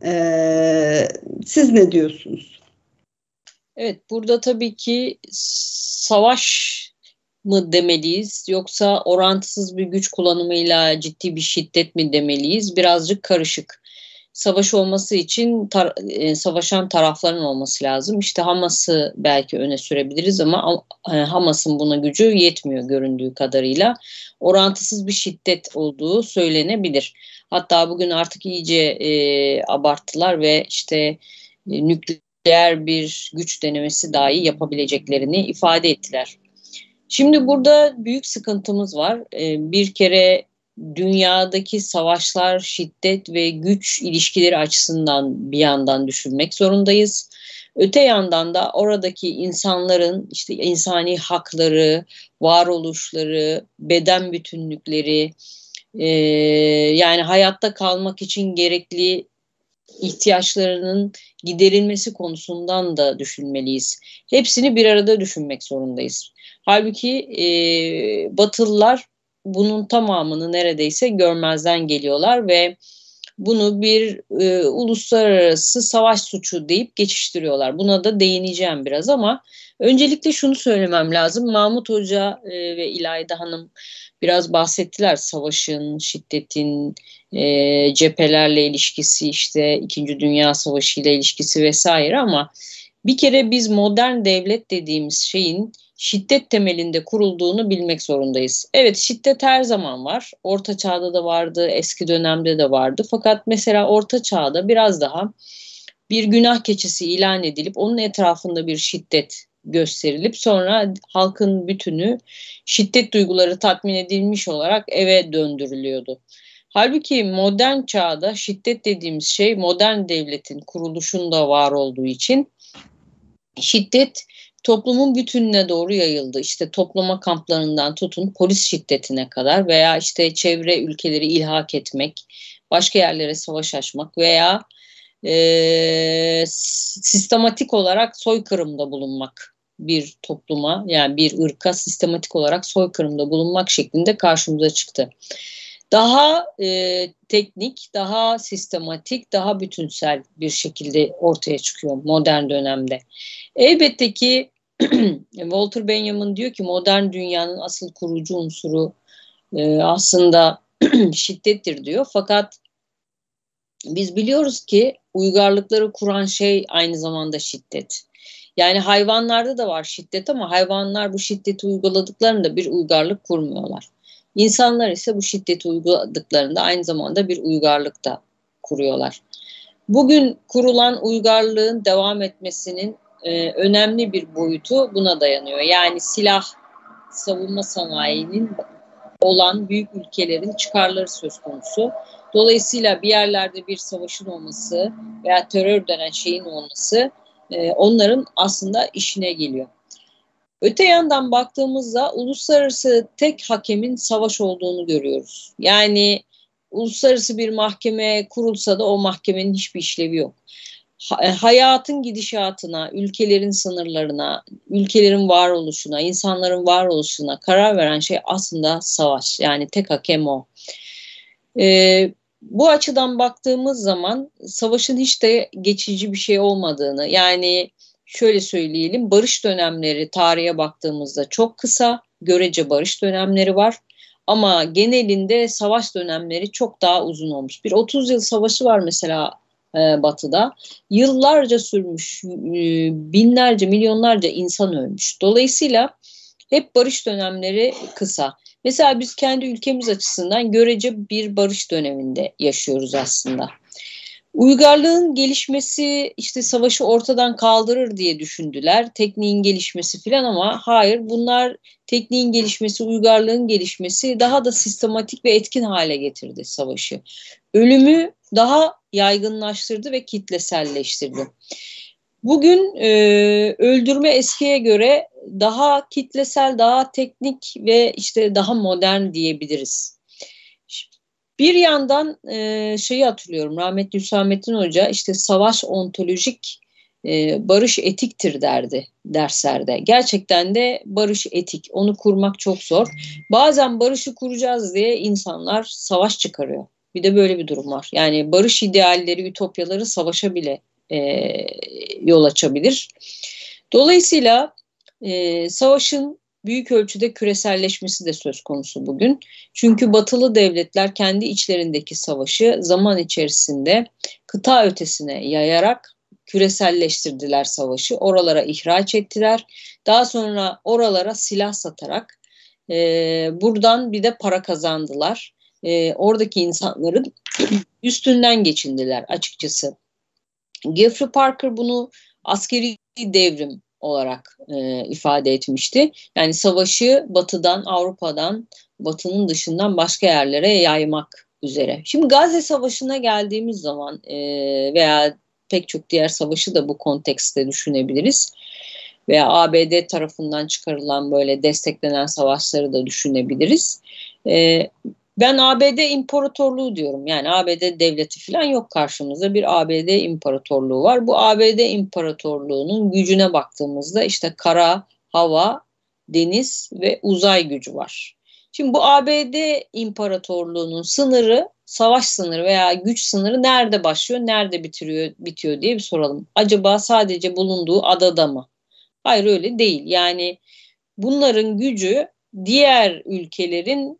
Siz ne diyorsunuz? Evet, burada tabii ki savaş mı demeliyiz yoksa orantısız bir güç kullanımıyla ciddi bir şiddet mi demeliyiz? Birazcık karışık. Savaş olması için savaşan tarafların olması lazım. İşte Hamas'ı belki öne sürebiliriz ama Hamas'ın buna gücü yetmiyor göründüğü kadarıyla. Orantısız bir şiddet olduğu söylenebilir. Hatta bugün artık iyice abarttılar ve işte nükleer bir güç denemesi dahi yapabileceklerini ifade ettiler. Şimdi burada büyük sıkıntımız var. Bir kere dünyadaki savaşlar, şiddet ve güç ilişkileri açısından bir yandan düşünmek zorundayız. Öte yandan da oradaki insanların işte insani hakları, varoluşları, beden bütünlükleri, yani hayatta kalmak için gerekli ihtiyaçlarının giderilmesi konusundan da düşünmeliyiz. Hepsini bir arada düşünmek zorundayız. Halbuki Batılılar bunun tamamını neredeyse görmezden geliyorlar ve bunu bir uluslararası savaş suçu deyip geçiştiriyorlar. Buna da değineceğim biraz ama öncelikle şunu söylemem lazım. Mahmut Hoca ve İlayda Hanım biraz bahsettiler savaşın, şiddetin, cephelerle ilişkisi, işte 2. Dünya Savaşı ile ilişkisi vesaire ama Bir kere biz modern devlet dediğimiz şeyin şiddet temelinde kurulduğunu bilmek zorundayız. Evet, şiddet her zaman var. Orta Çağ'da da vardı, eski dönemde de vardı. Fakat mesela Orta Çağ'da biraz daha bir günah keçisi ilan edilip onun etrafında bir şiddet gösterilip sonra halkın bütünü şiddet duyguları tatmin edilmiş olarak eve döndürülüyordu. Halbuki modern çağda şiddet dediğimiz şey modern devletin kuruluşunda var olduğu için şiddet toplumun bütününe doğru yayıldı. İşte toplama kamplarından tutun polis şiddetine kadar veya işte çevre ülkeleri ilhak etmek, başka yerlere savaş açmak veya sistematik olarak soykırımda bulunmak bir topluma, yani bir ırka sistematik olarak soykırımda bulunmak şeklinde karşımıza çıktı. Daha teknik, daha sistematik, daha bütünsel bir şekilde ortaya çıkıyor modern dönemde. Elbette ki Walter Benjamin diyor ki modern dünyanın asıl kurucu unsuru aslında şiddettir diyor. Fakat biz biliyoruz ki uygarlıkları kuran şey aynı zamanda şiddet. Yani hayvanlarda da var şiddet ama hayvanlar bu şiddeti uyguladıklarında bir uygarlık kurmuyorlar. İnsanlar ise bu şiddeti uyguladıklarında aynı zamanda bir uygarlık da kuruyorlar. Bugün kurulan uygarlığın devam etmesinin önemli bir boyutu buna dayanıyor. Yani silah, savunma sanayinin olan büyük ülkelerin çıkarları söz konusu. Dolayısıyla bir yerlerde bir savaşın olması veya terör denen şeyin olması onların aslında işine geliyor. Öte yandan baktığımızda uluslararası tek hakemin savaş olduğunu görüyoruz. Yani uluslararası bir mahkeme kurulsa da o mahkemenin hiçbir işlevi yok. Hayatın gidişatına, ülkelerin sınırlarına, ülkelerin varoluşuna, insanların varoluşuna karar veren şey aslında savaş. Yani tek hakem o. Bu açıdan baktığımız zaman savaşın hiç de geçici bir şey olmadığını, yani şöyle söyleyelim, barış dönemleri tarihe baktığımızda çok kısa, görece barış dönemleri var. Ama genelinde savaş dönemleri çok daha uzun olmuş. Bir 30 yıl savaşı var mesela Batı'da. Yıllarca sürmüş, binlerce, milyonlarca insan ölmüş. Dolayısıyla hep barış dönemleri kısa. Mesela biz kendi ülkemiz açısından görece bir barış döneminde yaşıyoruz aslında. Uygarlığın gelişmesi işte savaşı ortadan kaldırır diye düşündüler. Tekniğin gelişmesi filan ama hayır, bunlar tekniğin gelişmesi, uygarlığın gelişmesi daha da sistematik ve etkin hale getirdi savaşı. Ölümü daha yaygınlaştırdı ve kitleselleştirdi. Bugün öldürme eskiye göre daha kitlesel, daha teknik ve işte daha modern diyebiliriz. Bir yandan şeyi hatırlıyorum, rahmetli Hüsamettin Hoca işte savaş ontolojik, barış etiktir derdi derslerde. Gerçekten de barış etik, onu kurmak çok zor. Bazen barışı kuracağız diye insanlar savaş çıkarıyor. Bir de böyle bir durum var. Yani barış idealleri, ütopyaları savaşa bile yol açabilir. Dolayısıyla savaşın büyük ölçüde küreselleşmesi de söz konusu bugün. Çünkü batılı devletler kendi içlerindeki savaşı zaman içerisinde kıta ötesine yayarak küreselleştirdiler savaşı. Oralara ihraç ettiler. Daha sonra oralara silah satarak buradan bir de para kazandılar. Oradaki insanların üstünden geçindiler açıkçası. Geoffrey Parker bunu askeri devrim olarak ifade etmişti. Yani savaşı batıdan, Avrupa'dan, batının dışından başka yerlere yaymak üzere. Şimdi Gazze Savaşı'na geldiğimiz zaman veya pek çok diğer savaşı da bu kontekste düşünebiliriz. Veya ABD tarafından çıkarılan böyle desteklenen savaşları da düşünebiliriz. Ben ABD İmparatorluğu diyorum. Yani ABD devleti falan yok karşımızda. Bir ABD İmparatorluğu var. Bu ABD İmparatorluğu'nun gücüne baktığımızda işte kara, hava, deniz ve uzay gücü var. Şimdi bu ABD İmparatorluğu'nun sınırı, savaş sınırı veya güç sınırı nerede başlıyor, nerede bitiyor diye bir soralım. Acaba sadece bulunduğu adada mı? Hayır, öyle değil. Yani bunların gücü diğer ülkelerin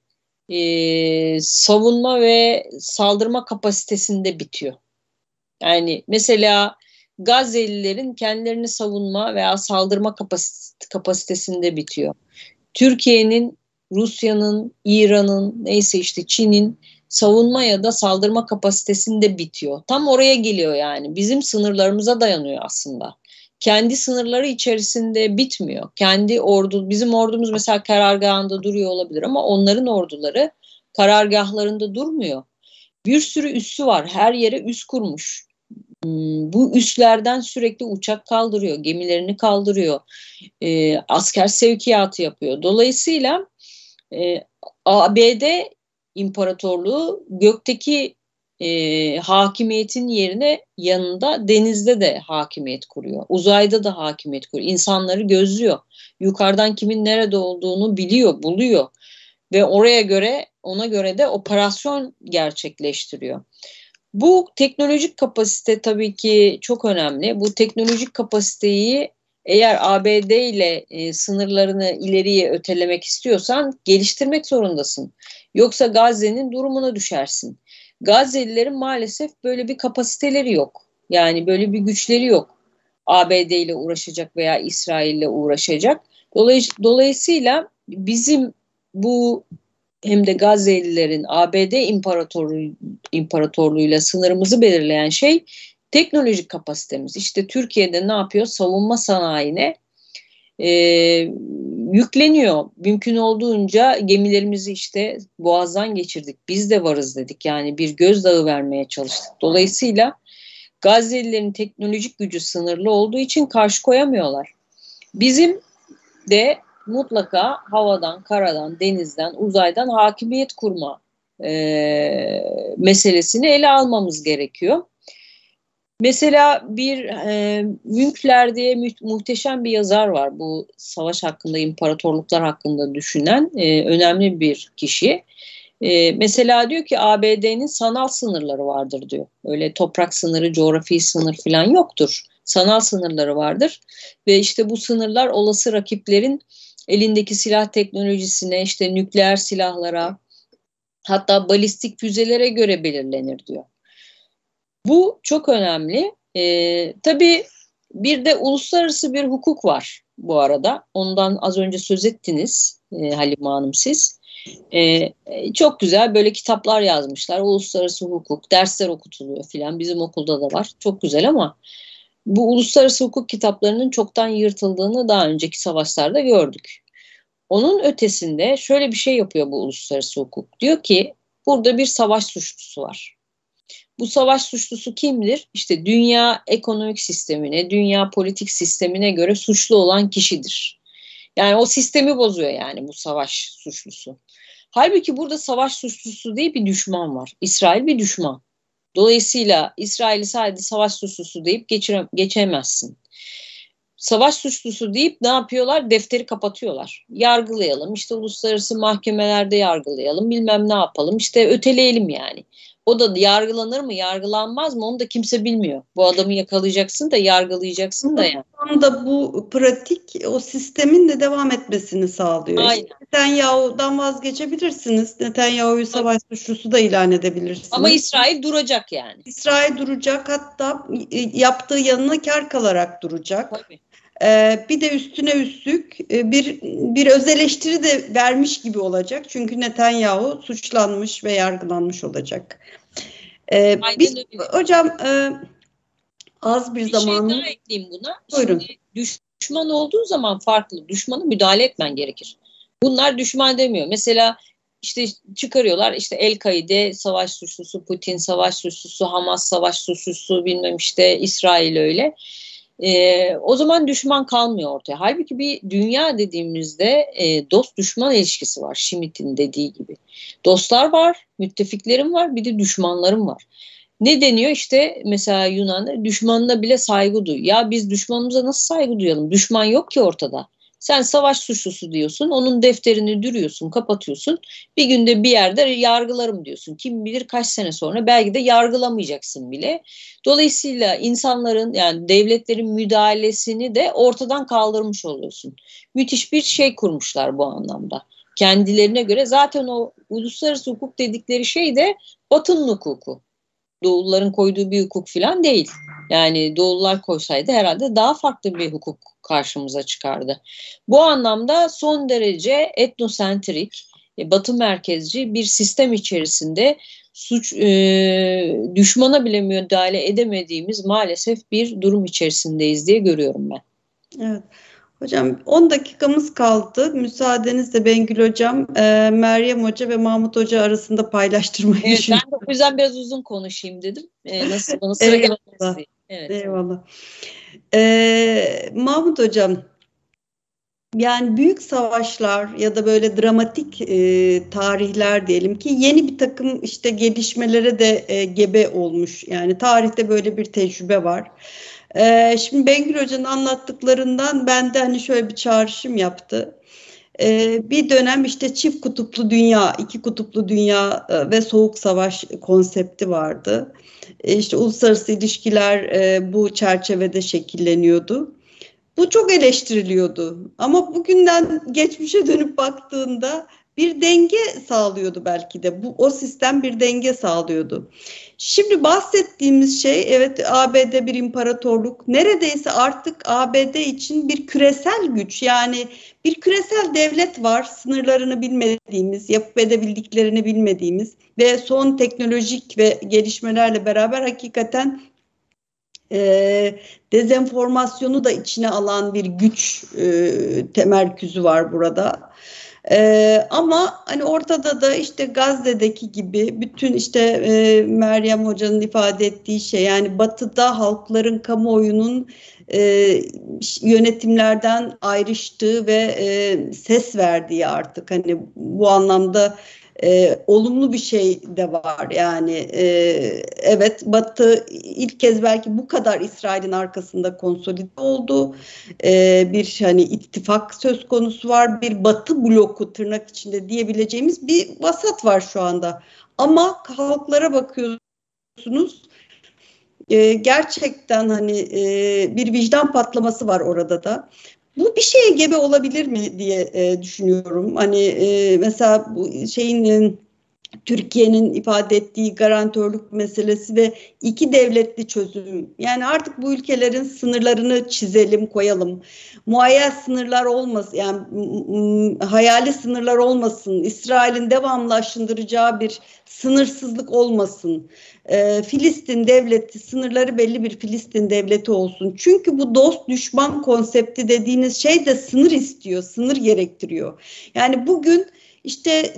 savunma ve saldırma kapasitesinde bitiyor. Yani mesela Gazze'lilerin kendilerini savunma veya saldırma kapasitesinde bitiyor. Türkiye'nin, Rusya'nın, İran'ın, neyse işte Çin'in savunma ya da saldırma kapasitesinde bitiyor. Tam oraya geliyor yani. Bizim sınırlarımıza dayanıyor aslında. Kendi sınırları içerisinde bitmiyor. Bizim ordumuz mesela karargahında duruyor olabilir ama onların orduları karargahlarında durmuyor. Bir sürü üssü var. Her yere üs kurmuş. Bu üslerden sürekli uçak kaldırıyor, gemilerini kaldırıyor, asker sevkiyatı yapıyor. Dolayısıyla ABD İmparatorluğu gökteki hakimiyetin yerine yanında denizde de hakimiyet kuruyor. Uzayda da hakimiyet kuruyor. İnsanları gözlüyor. Yukarıdan kimin nerede olduğunu biliyor, buluyor ve ona göre de operasyon gerçekleştiriyor. Bu teknolojik kapasite tabii ki çok önemli. Bu teknolojik kapasiteyi eğer ABD ile sınırlarını ileriye ötelemek istiyorsan geliştirmek zorundasın. Yoksa Gazze'nin durumuna düşersin. Gazze'lilerin maalesef böyle bir kapasiteleri yok. Yani böyle bir güçleri yok. ABD ile uğraşacak veya İsrail ile uğraşacak. Dolayısıyla bizim bu hem de Gazze'lilerin ABD İmparatorluğu'yla sınırımızı belirleyen şey teknolojik kapasitemiz. İşte Türkiye'de ne yapıyor? Savunma sanayine yükleniyor. Mümkün olduğunca gemilerimizi işte Boğaz'dan geçirdik. Biz de varız dedik. Yani bir gözdağı vermeye çalıştık. Dolayısıyla Gazze'lilerin teknolojik gücü sınırlı olduğu için karşı koyamıyorlar. Bizim de mutlaka havadan, karadan, denizden, uzaydan hakimiyet kurma meselesini ele almamız gerekiyor. Mesela Winkler diye muhteşem bir yazar var. Bu savaş hakkında, imparatorluklar hakkında düşünen önemli bir kişi. Mesela diyor ki ABD'nin sanal sınırları vardır diyor. Öyle toprak sınırı, coğrafi sınır falan yoktur. Sanal sınırları vardır ve işte bu sınırlar olası rakiplerin elindeki silah teknolojisine, işte nükleer silahlara, hatta balistik füzelere göre belirlenir diyor. Bu çok önemli. Tabii bir de uluslararası bir hukuk var bu arada. Ondan az önce söz ettiniz Halime Hanım siz. Çok güzel böyle kitaplar yazmışlar. Uluslararası hukuk, dersler okutuluyor filan. Bizim okulda da var. Çok güzel ama bu uluslararası hukuk kitaplarının çoktan yırtıldığını daha önceki savaşlarda gördük. Onun ötesinde şöyle bir şey yapıyor bu uluslararası hukuk. Diyor ki burada bir savaş suçlusu var. Bu savaş suçlusu kimdir? İşte dünya ekonomik sistemine, dünya politik sistemine göre suçlu olan kişidir. Yani o sistemi bozuyor yani bu savaş suçlusu. Halbuki burada savaş suçlusu değil bir düşman var. İsrail bir düşman. Dolayısıyla İsrail'i sadece savaş suçlusu deyip geçemezsin. Savaş suçlusu deyip ne yapıyorlar? Defteri kapatıyorlar. Yargılayalım, işte uluslararası mahkemelerde yargılayalım, bilmem ne yapalım, işte öteleyelim yani. O da yargılanır mı, yargılanmaz mı onu da kimse bilmiyor. Bu adamı yakalayacaksın da yargılayacaksın da yani. Da bu pratik o sistemin de devam etmesini sağlıyor. Aynen. İşte Netanyahu'dan vazgeçebilirsiniz. Netanyahu'yu savaş suçlusu da ilan edebilirsiniz. Ama İsrail duracak yani. İsrail duracak, hatta yaptığı yanına kar kalarak duracak. Tabii. Bir de üstüne üstlük bir öz eleştiri de vermiş gibi olacak. Çünkü Netanyahu suçlanmış ve yargılanmış olacak. Hocam az bir zamanı... Bir şey daha ekleyeyim buna. Buyurun. Şimdi düşman olduğu zaman farklı. Düşmanı müdahale etmen gerekir. Bunlar düşman demiyor. Mesela işte çıkarıyorlar işte El-Kaide savaş suçlusu, Putin savaş suçlusu, Hamas savaş suçlusu, bilmem işte İsrail öyle. O zaman düşman kalmıyor ortaya. Halbuki bir dünya dediğimizde dost düşman ilişkisi var. Schmitt'in dediği gibi. Dostlar var, müttefiklerim var, bir de düşmanlarım var. Ne deniyor işte mesela Yunan'da düşmanına bile saygı duy. Ya biz düşmanımıza nasıl saygı duyalım? Düşman yok ki ortada. Sen savaş suçlusu diyorsun, onun defterini dürüyorsun, kapatıyorsun. Bir günde bir yerde yargılarım diyorsun. Kim bilir kaç sene sonra belki de yargılamayacaksın bile. Dolayısıyla insanların yani devletlerin müdahalesini de ortadan kaldırmış oluyorsun. Müthiş bir şey kurmuşlar bu anlamda. Kendilerine göre zaten o uluslararası hukuk dedikleri şey de Batı'nın hukuku. Doğulların koyduğu bir hukuk falan değil. Yani Doğulular koysaydı herhalde daha farklı bir hukuk karşımıza çıkardı. Bu anlamda son derece etnosentrik, batı merkezci bir sistem içerisinde düşmana bile müdahale edemediğimiz maalesef bir durum içerisindeyiz diye görüyorum ben. Evet. Hocam 10 dakikamız kaldı. Müsaadenizle Bengül Hocam, Meryem Hoca ve Mahmut Hoca arasında paylaştırmayı düşünüyorum. Ben de o yüzden biraz uzun konuşayım dedim. Nasıl bana sıra gelmez diye. Evet. Eyvallah. Mahmut Hocam, yani büyük savaşlar ya da böyle dramatik tarihler diyelim ki yeni bir takım işte gelişmelere de gebe olmuş. Yani tarihte böyle bir tecrübe var. Şimdi Bengül Hoca'nın anlattıklarından ben de hani şöyle bir çağrışım yaptı. Bir dönem işte çift kutuplu dünya, iki kutuplu dünya ve soğuk savaş konsepti vardı. İşte uluslararası ilişkiler bu çerçevede şekilleniyordu. Bu çok eleştiriliyordu ama bugünden geçmişe dönüp baktığında bir denge sağlıyordu belki de. O sistem bir denge sağlıyordu. Şimdi bahsettiğimiz şey evet ABD bir imparatorluk. Neredeyse artık ABD için bir küresel güç yani bir küresel devlet var. Sınırlarını bilmediğimiz, yapıp edebildiklerini bilmediğimiz ve son teknolojik ve gelişmelerle beraber hakikaten dezenformasyonu da içine alan bir güç temerküzü var burada. Ama hani ortada da işte Gazze'deki gibi bütün işte Meryem Hoca'nın ifade ettiği şey yani batıda halkların kamuoyunun yönetimlerden ayrıştığı ve ses verdiği artık hani bu anlamda olumlu bir şey de var yani evet Batı ilk kez belki bu kadar İsrail'in arkasında konsolide oldu bir hani ittifak söz konusu var bir Batı bloku tırnak içinde diyebileceğimiz bir vasat var şu anda ama halklara bakıyorsunuz gerçekten hani bir vicdan patlaması var orada da. Bu bir şeye gebe olabilir mi diye düşünüyorum. Hani mesela bu şeyin Türkiye'nin ifade ettiği garantörlük meselesi ve iki devletli çözüm. Yani artık bu ülkelerin sınırlarını çizelim, koyalım. Muayyen sınırlar olmasın, yani hayali sınırlar olmasın. İsrail'in devamlı aşındıracağı bir sınırsızlık olmasın. Filistin devleti, sınırları belli bir Filistin devleti olsun. Çünkü bu dost düşman konsepti dediğiniz şey de sınır istiyor, sınır gerektiriyor. Yani bugün işte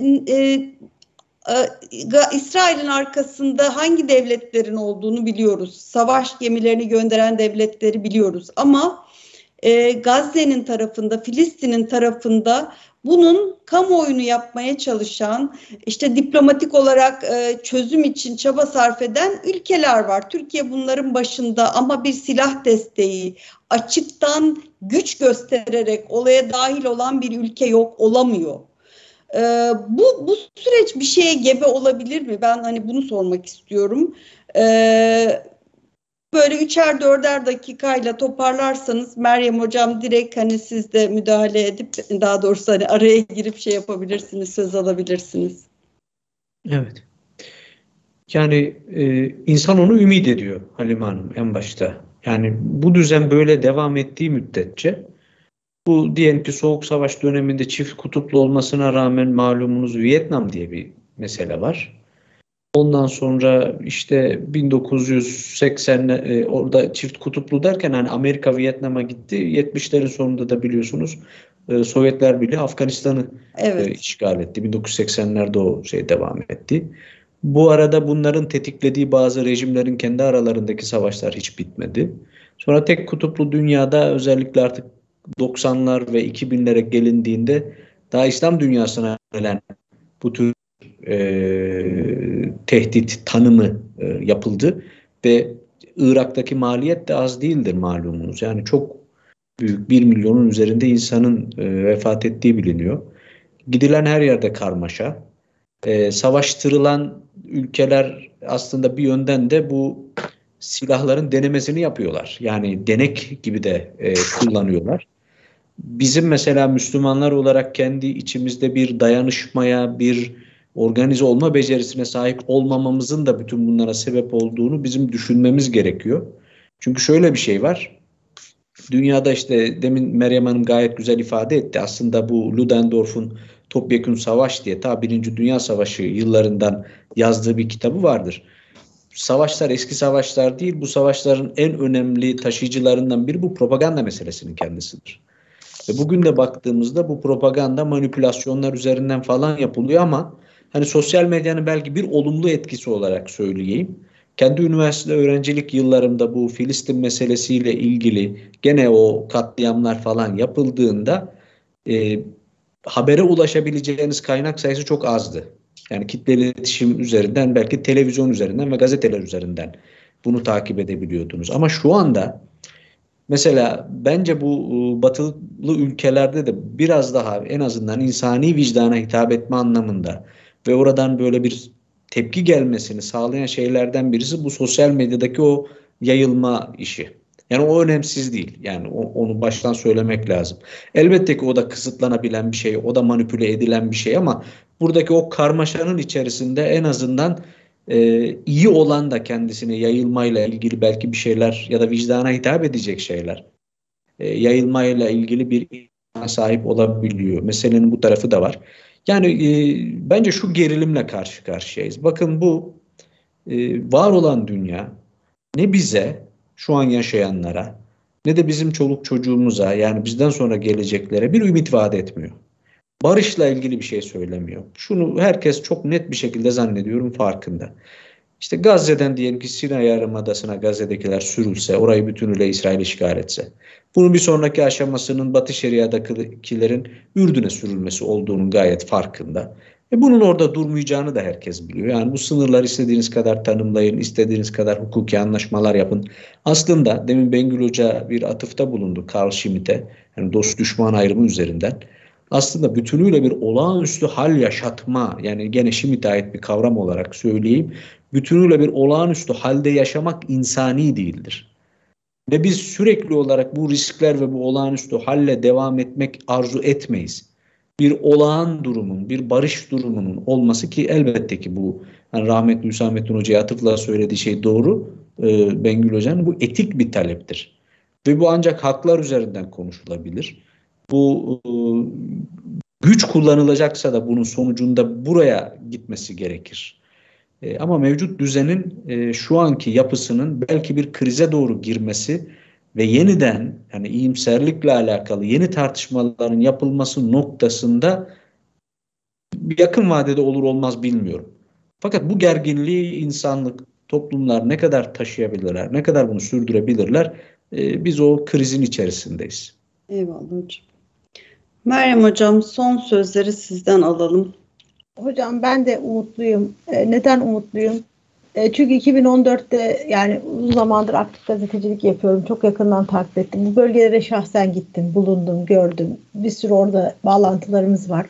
İsrail'in arkasında hangi devletlerin olduğunu biliyoruz. Savaş gemilerini gönderen devletleri biliyoruz. Ama Gazze'nin tarafında, Filistin'in tarafında bunun kamuoyunu yapmaya çalışan, işte diplomatik olarak çözüm için çaba sarf eden ülkeler var. Türkiye bunların başında ama bir silah desteği, açıktan güç göstererek olaya dahil olan bir ülke yok, olamıyor. Bu süreç bir şeye gebe olabilir mi? Ben hani bunu sormak istiyorum. Böyle 3'er 4'er dakikayla toparlarsanız Meryem Hocam direkt hani siz de müdahale edip daha doğrusu hani araya girip şey yapabilirsiniz, söz alabilirsiniz. Evet. Yani insan onu ümit ediyor Halime Hanım en başta. Yani bu düzen böyle devam ettiği müddetçe bu diyelim ki Soğuk Savaş döneminde çift kutuplu olmasına rağmen malumunuz Vietnam diye bir mesele var. Ondan sonra işte 1980 orada çift kutuplu derken hani Amerika Vietnam'a gitti. 70'lerin sonunda da biliyorsunuz Sovyetler Birliği Afganistan'ı işgal etti. 1980'lerde o şey devam etti. Bu arada bunların tetiklediği bazı rejimlerin kendi aralarındaki savaşlar hiç bitmedi. Sonra tek kutuplu dünyada özellikle artık 90'lar ve 2000'lere gelindiğinde daha İslam dünyasına gelen bu tür tehdit tanımı yapıldı ve Irak'taki maliyet de az değildir malumunuz. Yani çok büyük 1 milyonun üzerinde insanın vefat ettiği biliniyor. Gidilen her yerde karmaşa. Savaştırılan ülkeler aslında bir yönden de bu silahların denemesini yapıyorlar. Yani denek gibi de kullanıyorlar. Bizim mesela Müslümanlar olarak kendi içimizde bir dayanışmaya, bir organize olma becerisine sahip olmamamızın da bütün bunlara sebep olduğunu bizim düşünmemiz gerekiyor. Çünkü şöyle bir şey var. Dünyada işte demin Meryem Hanım gayet güzel ifade etti. Aslında bu Ludendorff'un Topyekün Savaş diye ta Birinci Dünya Savaşı yıllarından yazdığı bir kitabı vardır. Savaşlar eski savaşlar değil, bu savaşların en önemli taşıyıcılarından biri bu propaganda meselesinin kendisidir. Ve bugün de baktığımızda bu propaganda manipülasyonlar üzerinden falan yapılıyor ama hani sosyal medyanın belki bir olumlu etkisi olarak söyleyeyim. Kendi üniversite öğrencilik yıllarımda bu Filistin meselesiyle ilgili gene o katliamlar falan yapıldığında habere ulaşabileceğiniz kaynak sayısı çok azdı. Yani kitleli iletişim üzerinden, belki televizyon üzerinden ve gazeteler üzerinden bunu takip edebiliyordunuz. Ama şu anda mesela bence bu batılı ülkelerde de biraz daha en azından insani vicdana hitap etme anlamında ve oradan böyle bir tepki gelmesini sağlayan şeylerden birisi bu sosyal medyadaki o yayılma işi. Yani o önemsiz değil. Yani onu baştan söylemek lazım. Elbette ki o da kısıtlanabilen bir şey, o da manipüle edilen bir şey ama buradaki o karmaşanın içerisinde en azından iyi olan da kendisine yayılmayla ilgili belki bir şeyler ya da vicdana hitap edecek şeyler yayılmayla ilgili bir imkana sahip olabiliyor. Meselenin bu tarafı da var. Yani bence şu gerilimle karşı karşıyayız. Bakın bu var olan dünya ne bize, şu an yaşayanlara, ne de bizim çoluk çocuğumuza, yani bizden sonra geleceklere bir ümit vaat etmiyor. Barışla ilgili bir şey söylemiyor. Şunu herkes çok net bir şekilde zannediyorum farkında. İşte Gazze'den diyelim ki Sinay Yarımadası'na Gazze'dekiler sürülse, orayı bütünüyle İsrail işgal etse. Bunun bir sonraki aşamasının Batı Şeria'dakilerin Ürdün'e sürülmesi olduğunun gayet farkında. Bunun orada durmayacağını da herkes biliyor. Yani bu sınırları istediğiniz kadar tanımlayın, istediğiniz kadar hukuki anlaşmalar yapın. Aslında demin Bengül Hoca bir atıfta bulundu Carl Schmitt'e, yani dost düşman ayrımı üzerinden. Aslında bütünüyle bir olağanüstü hal yaşatma, yani gene Schmitt'e ait bir kavram olarak söyleyeyim. Bütünüyle bir olağanüstü halde yaşamak insani değildir. Ve biz sürekli olarak bu riskler ve bu olağanüstü halle devam etmek arzu etmeyiz. Bir olağan durumun, bir barış durumunun olması ki elbette ki bu yani rahmetli Hüsamettin Hoca'ya atıfla söylediği şey doğru. Bengül Hoca'nın bu etik bir taleptir. Ve bu ancak haklar üzerinden konuşulabilir. Bu güç kullanılacaksa da bunun sonucunda buraya gitmesi gerekir. Ama mevcut düzenin şu anki yapısının belki bir krize doğru girmesi ve yeniden yani iyimserlikle alakalı yeni tartışmaların yapılması noktasında yakın vadede olur olmaz bilmiyorum. Fakat bu gerginliği insanlık, toplumlar ne kadar taşıyabilirler, ne kadar bunu sürdürebilirler, biz o krizin içerisindeyiz. Eyvallah hocam. Meryem hocam, son sözleri sizden alalım. Hocam ben de umutluyum. Neden umutluyum? Çünkü 2014'te yani uzun zamandır aktif gazetecilik yapıyorum. Çok yakından takip ettim. Bu bölgelere şahsen gittim, bulundum, gördüm. Bir sürü orada bağlantılarımız var.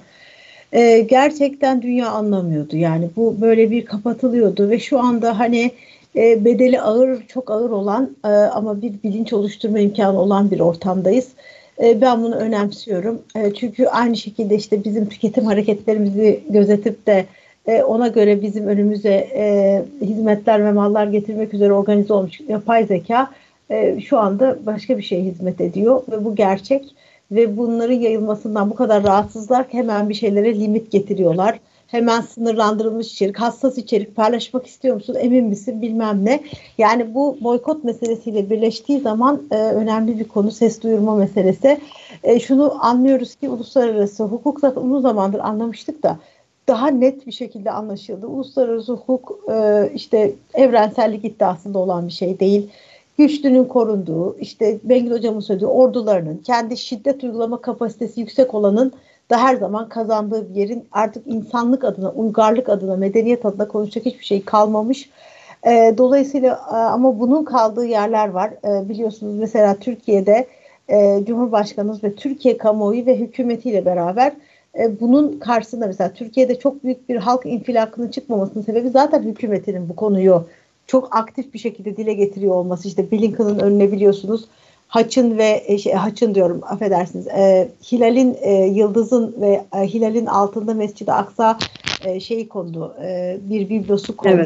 Gerçekten dünya anlamıyordu. Yani bu böyle bir kapatılıyordu ve şu anda hani bedeli ağır, çok ağır olan ama bir bilinç oluşturma imkanı olan bir ortamdayız. Ben bunu önemsiyorum. Çünkü aynı şekilde işte bizim tüketim hareketlerimizi gözetip de ona göre bizim önümüze hizmetler ve mallar getirmek üzere organize olmuş yapay zeka şu anda başka bir şeye hizmet ediyor ve bu gerçek ve bunların yayılmasından bu kadar rahatsızlar ki hemen bir şeylere limit getiriyorlar. Hemen sınırlandırılmış içerik, hassas içerik paylaşmak istiyor musun, emin misin bilmem ne. Yani bu boykot meselesiyle birleştiği zaman önemli bir konu, ses duyurma meselesi. Şunu anlıyoruz ki uluslararası hukukta uzun zamandır anlamıştık da daha net bir şekilde anlaşıldı. Uluslararası hukuk işte evrensellik iddiasında olan bir şey değil. Güçlünün korunduğu, işte Bengül Hocam'ın söylediği ordularının, kendi şiddet uygulama kapasitesi yüksek olanın da her zaman kazandığı bir yerin artık insanlık adına, uygarlık adına, medeniyet adına konuşacak hiçbir şey kalmamış. Dolayısıyla ama bunun kaldığı yerler var. Biliyorsunuz mesela Türkiye'de Cumhurbaşkanımız ve Türkiye kamuoyu ve hükümetiyle beraber bunun karşısında mesela Türkiye'de çok büyük bir halk infilakının çıkmamasının sebebi zaten hükümetinin bu konuyu çok aktif bir şekilde dile getiriyor olması. İşte Blinken'ın önüne biliyorsunuz haçın ve haçın diyorum affedersiniz hilalin yıldızın ve hilalin altında Mescid-i Aksa şeyi kondu bir biblosu kondu. Evet.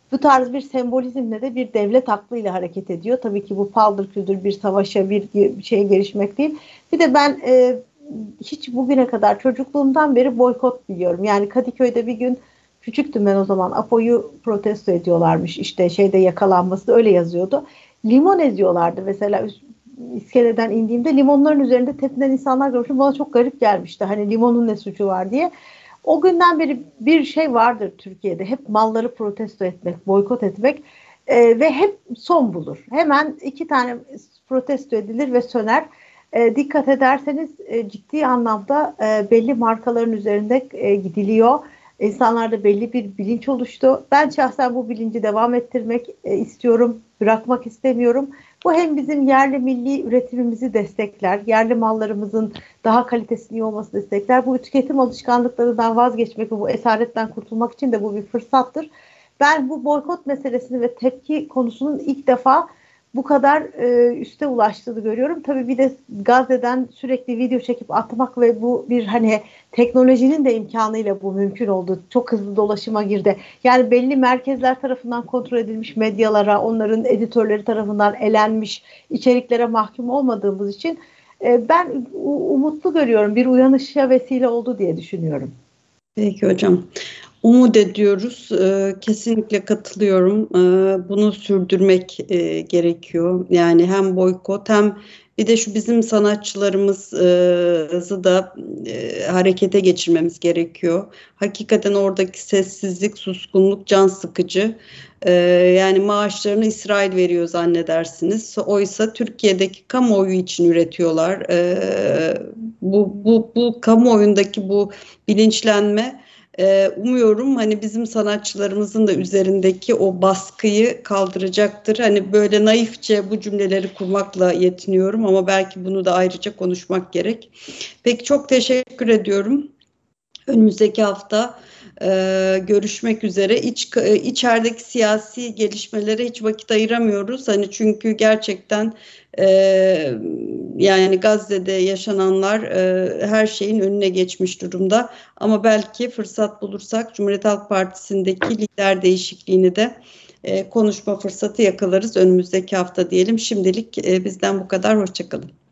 Bu tarz bir sembolizmle de bir devlet aklıyla hareket ediyor. Tabii ki bu paldır küldür bir savaşa, bir şeye girişmek değil. Bir de ben hiç bugüne kadar çocukluğumdan beri boykot biliyorum. Yani Kadıköy'de bir gün, küçüktüm ben o zaman, Apo'yu protesto ediyorlarmış. İşte şeyde yakalanması da öyle yazıyordu. Limon eziyorlardı mesela. İskeleden indiğimde limonların üzerinde tepinen insanlar görmüştüm. Bana çok garip gelmişti. Hani limonun ne suçu var diye. O günden beri bir şey vardır Türkiye'de. Hep malları protesto etmek, boykot etmek ve hep son bulur. Hemen 2 tane protesto edilir ve söner. Dikkat ederseniz ciddi anlamda belli markaların üzerinde gidiliyor. İnsanlarda belli bir bilinç oluştu. Ben şahsen bu bilinci devam ettirmek istiyorum, bırakmak istemiyorum. Bu hem bizim yerli milli üretimimizi destekler, yerli mallarımızın daha kalitesinin iyi olmasını destekler. Bu tüketim alışkanlıklarından vazgeçmek ve bu esaretten kurtulmak için de bu bir fırsattır. Ben bu boykot meselesini ve tepki konusunun ilk defa bu kadar üste ulaştığını görüyorum. Tabii bir de Gazze'den sürekli video çekip atmak ve bu bir hani teknolojinin de imkanıyla bu mümkün oldu. Çok hızlı dolaşıma girdi. Yani belli merkezler tarafından kontrol edilmiş medyalara, onların editörleri tarafından elenmiş içeriklere mahkum olmadığımız için ben umutlu görüyorum. Bir uyanışa vesile oldu diye düşünüyorum. Peki hocam. Umut ediyoruz. Kesinlikle katılıyorum. Bunu sürdürmek gerekiyor. Yani hem boykot hem bir de şu bizim sanatçılarımızı da harekete geçirmemiz gerekiyor. Hakikaten oradaki sessizlik, suskunluk can sıkıcı. Yani maaşlarını İsrail veriyor zannedersiniz. Oysa Türkiye'deki kamuoyu için üretiyorlar. Bu kamuoyundaki bu bilinçlenme, umuyorum hani bizim sanatçılarımızın da üzerindeki o baskıyı kaldıracaktır. Hani böyle naifçe bu cümleleri kurmakla yetiniyorum ama belki bunu da ayrıca konuşmak gerek. Peki, çok teşekkür ediyorum. Önümüzdeki hafta görüşmek üzere. İçerideki siyasi gelişmelere hiç vakit ayıramıyoruz. Hani çünkü gerçekten yani Gazze'de yaşananlar her şeyin önüne geçmiş durumda. Ama belki fırsat bulursak Cumhuriyet Halk Partisi'ndeki lider değişikliğini de konuşma fırsatı yakalarız önümüzdeki hafta diyelim. Şimdilik bizden bu kadar. Hoşça kalın.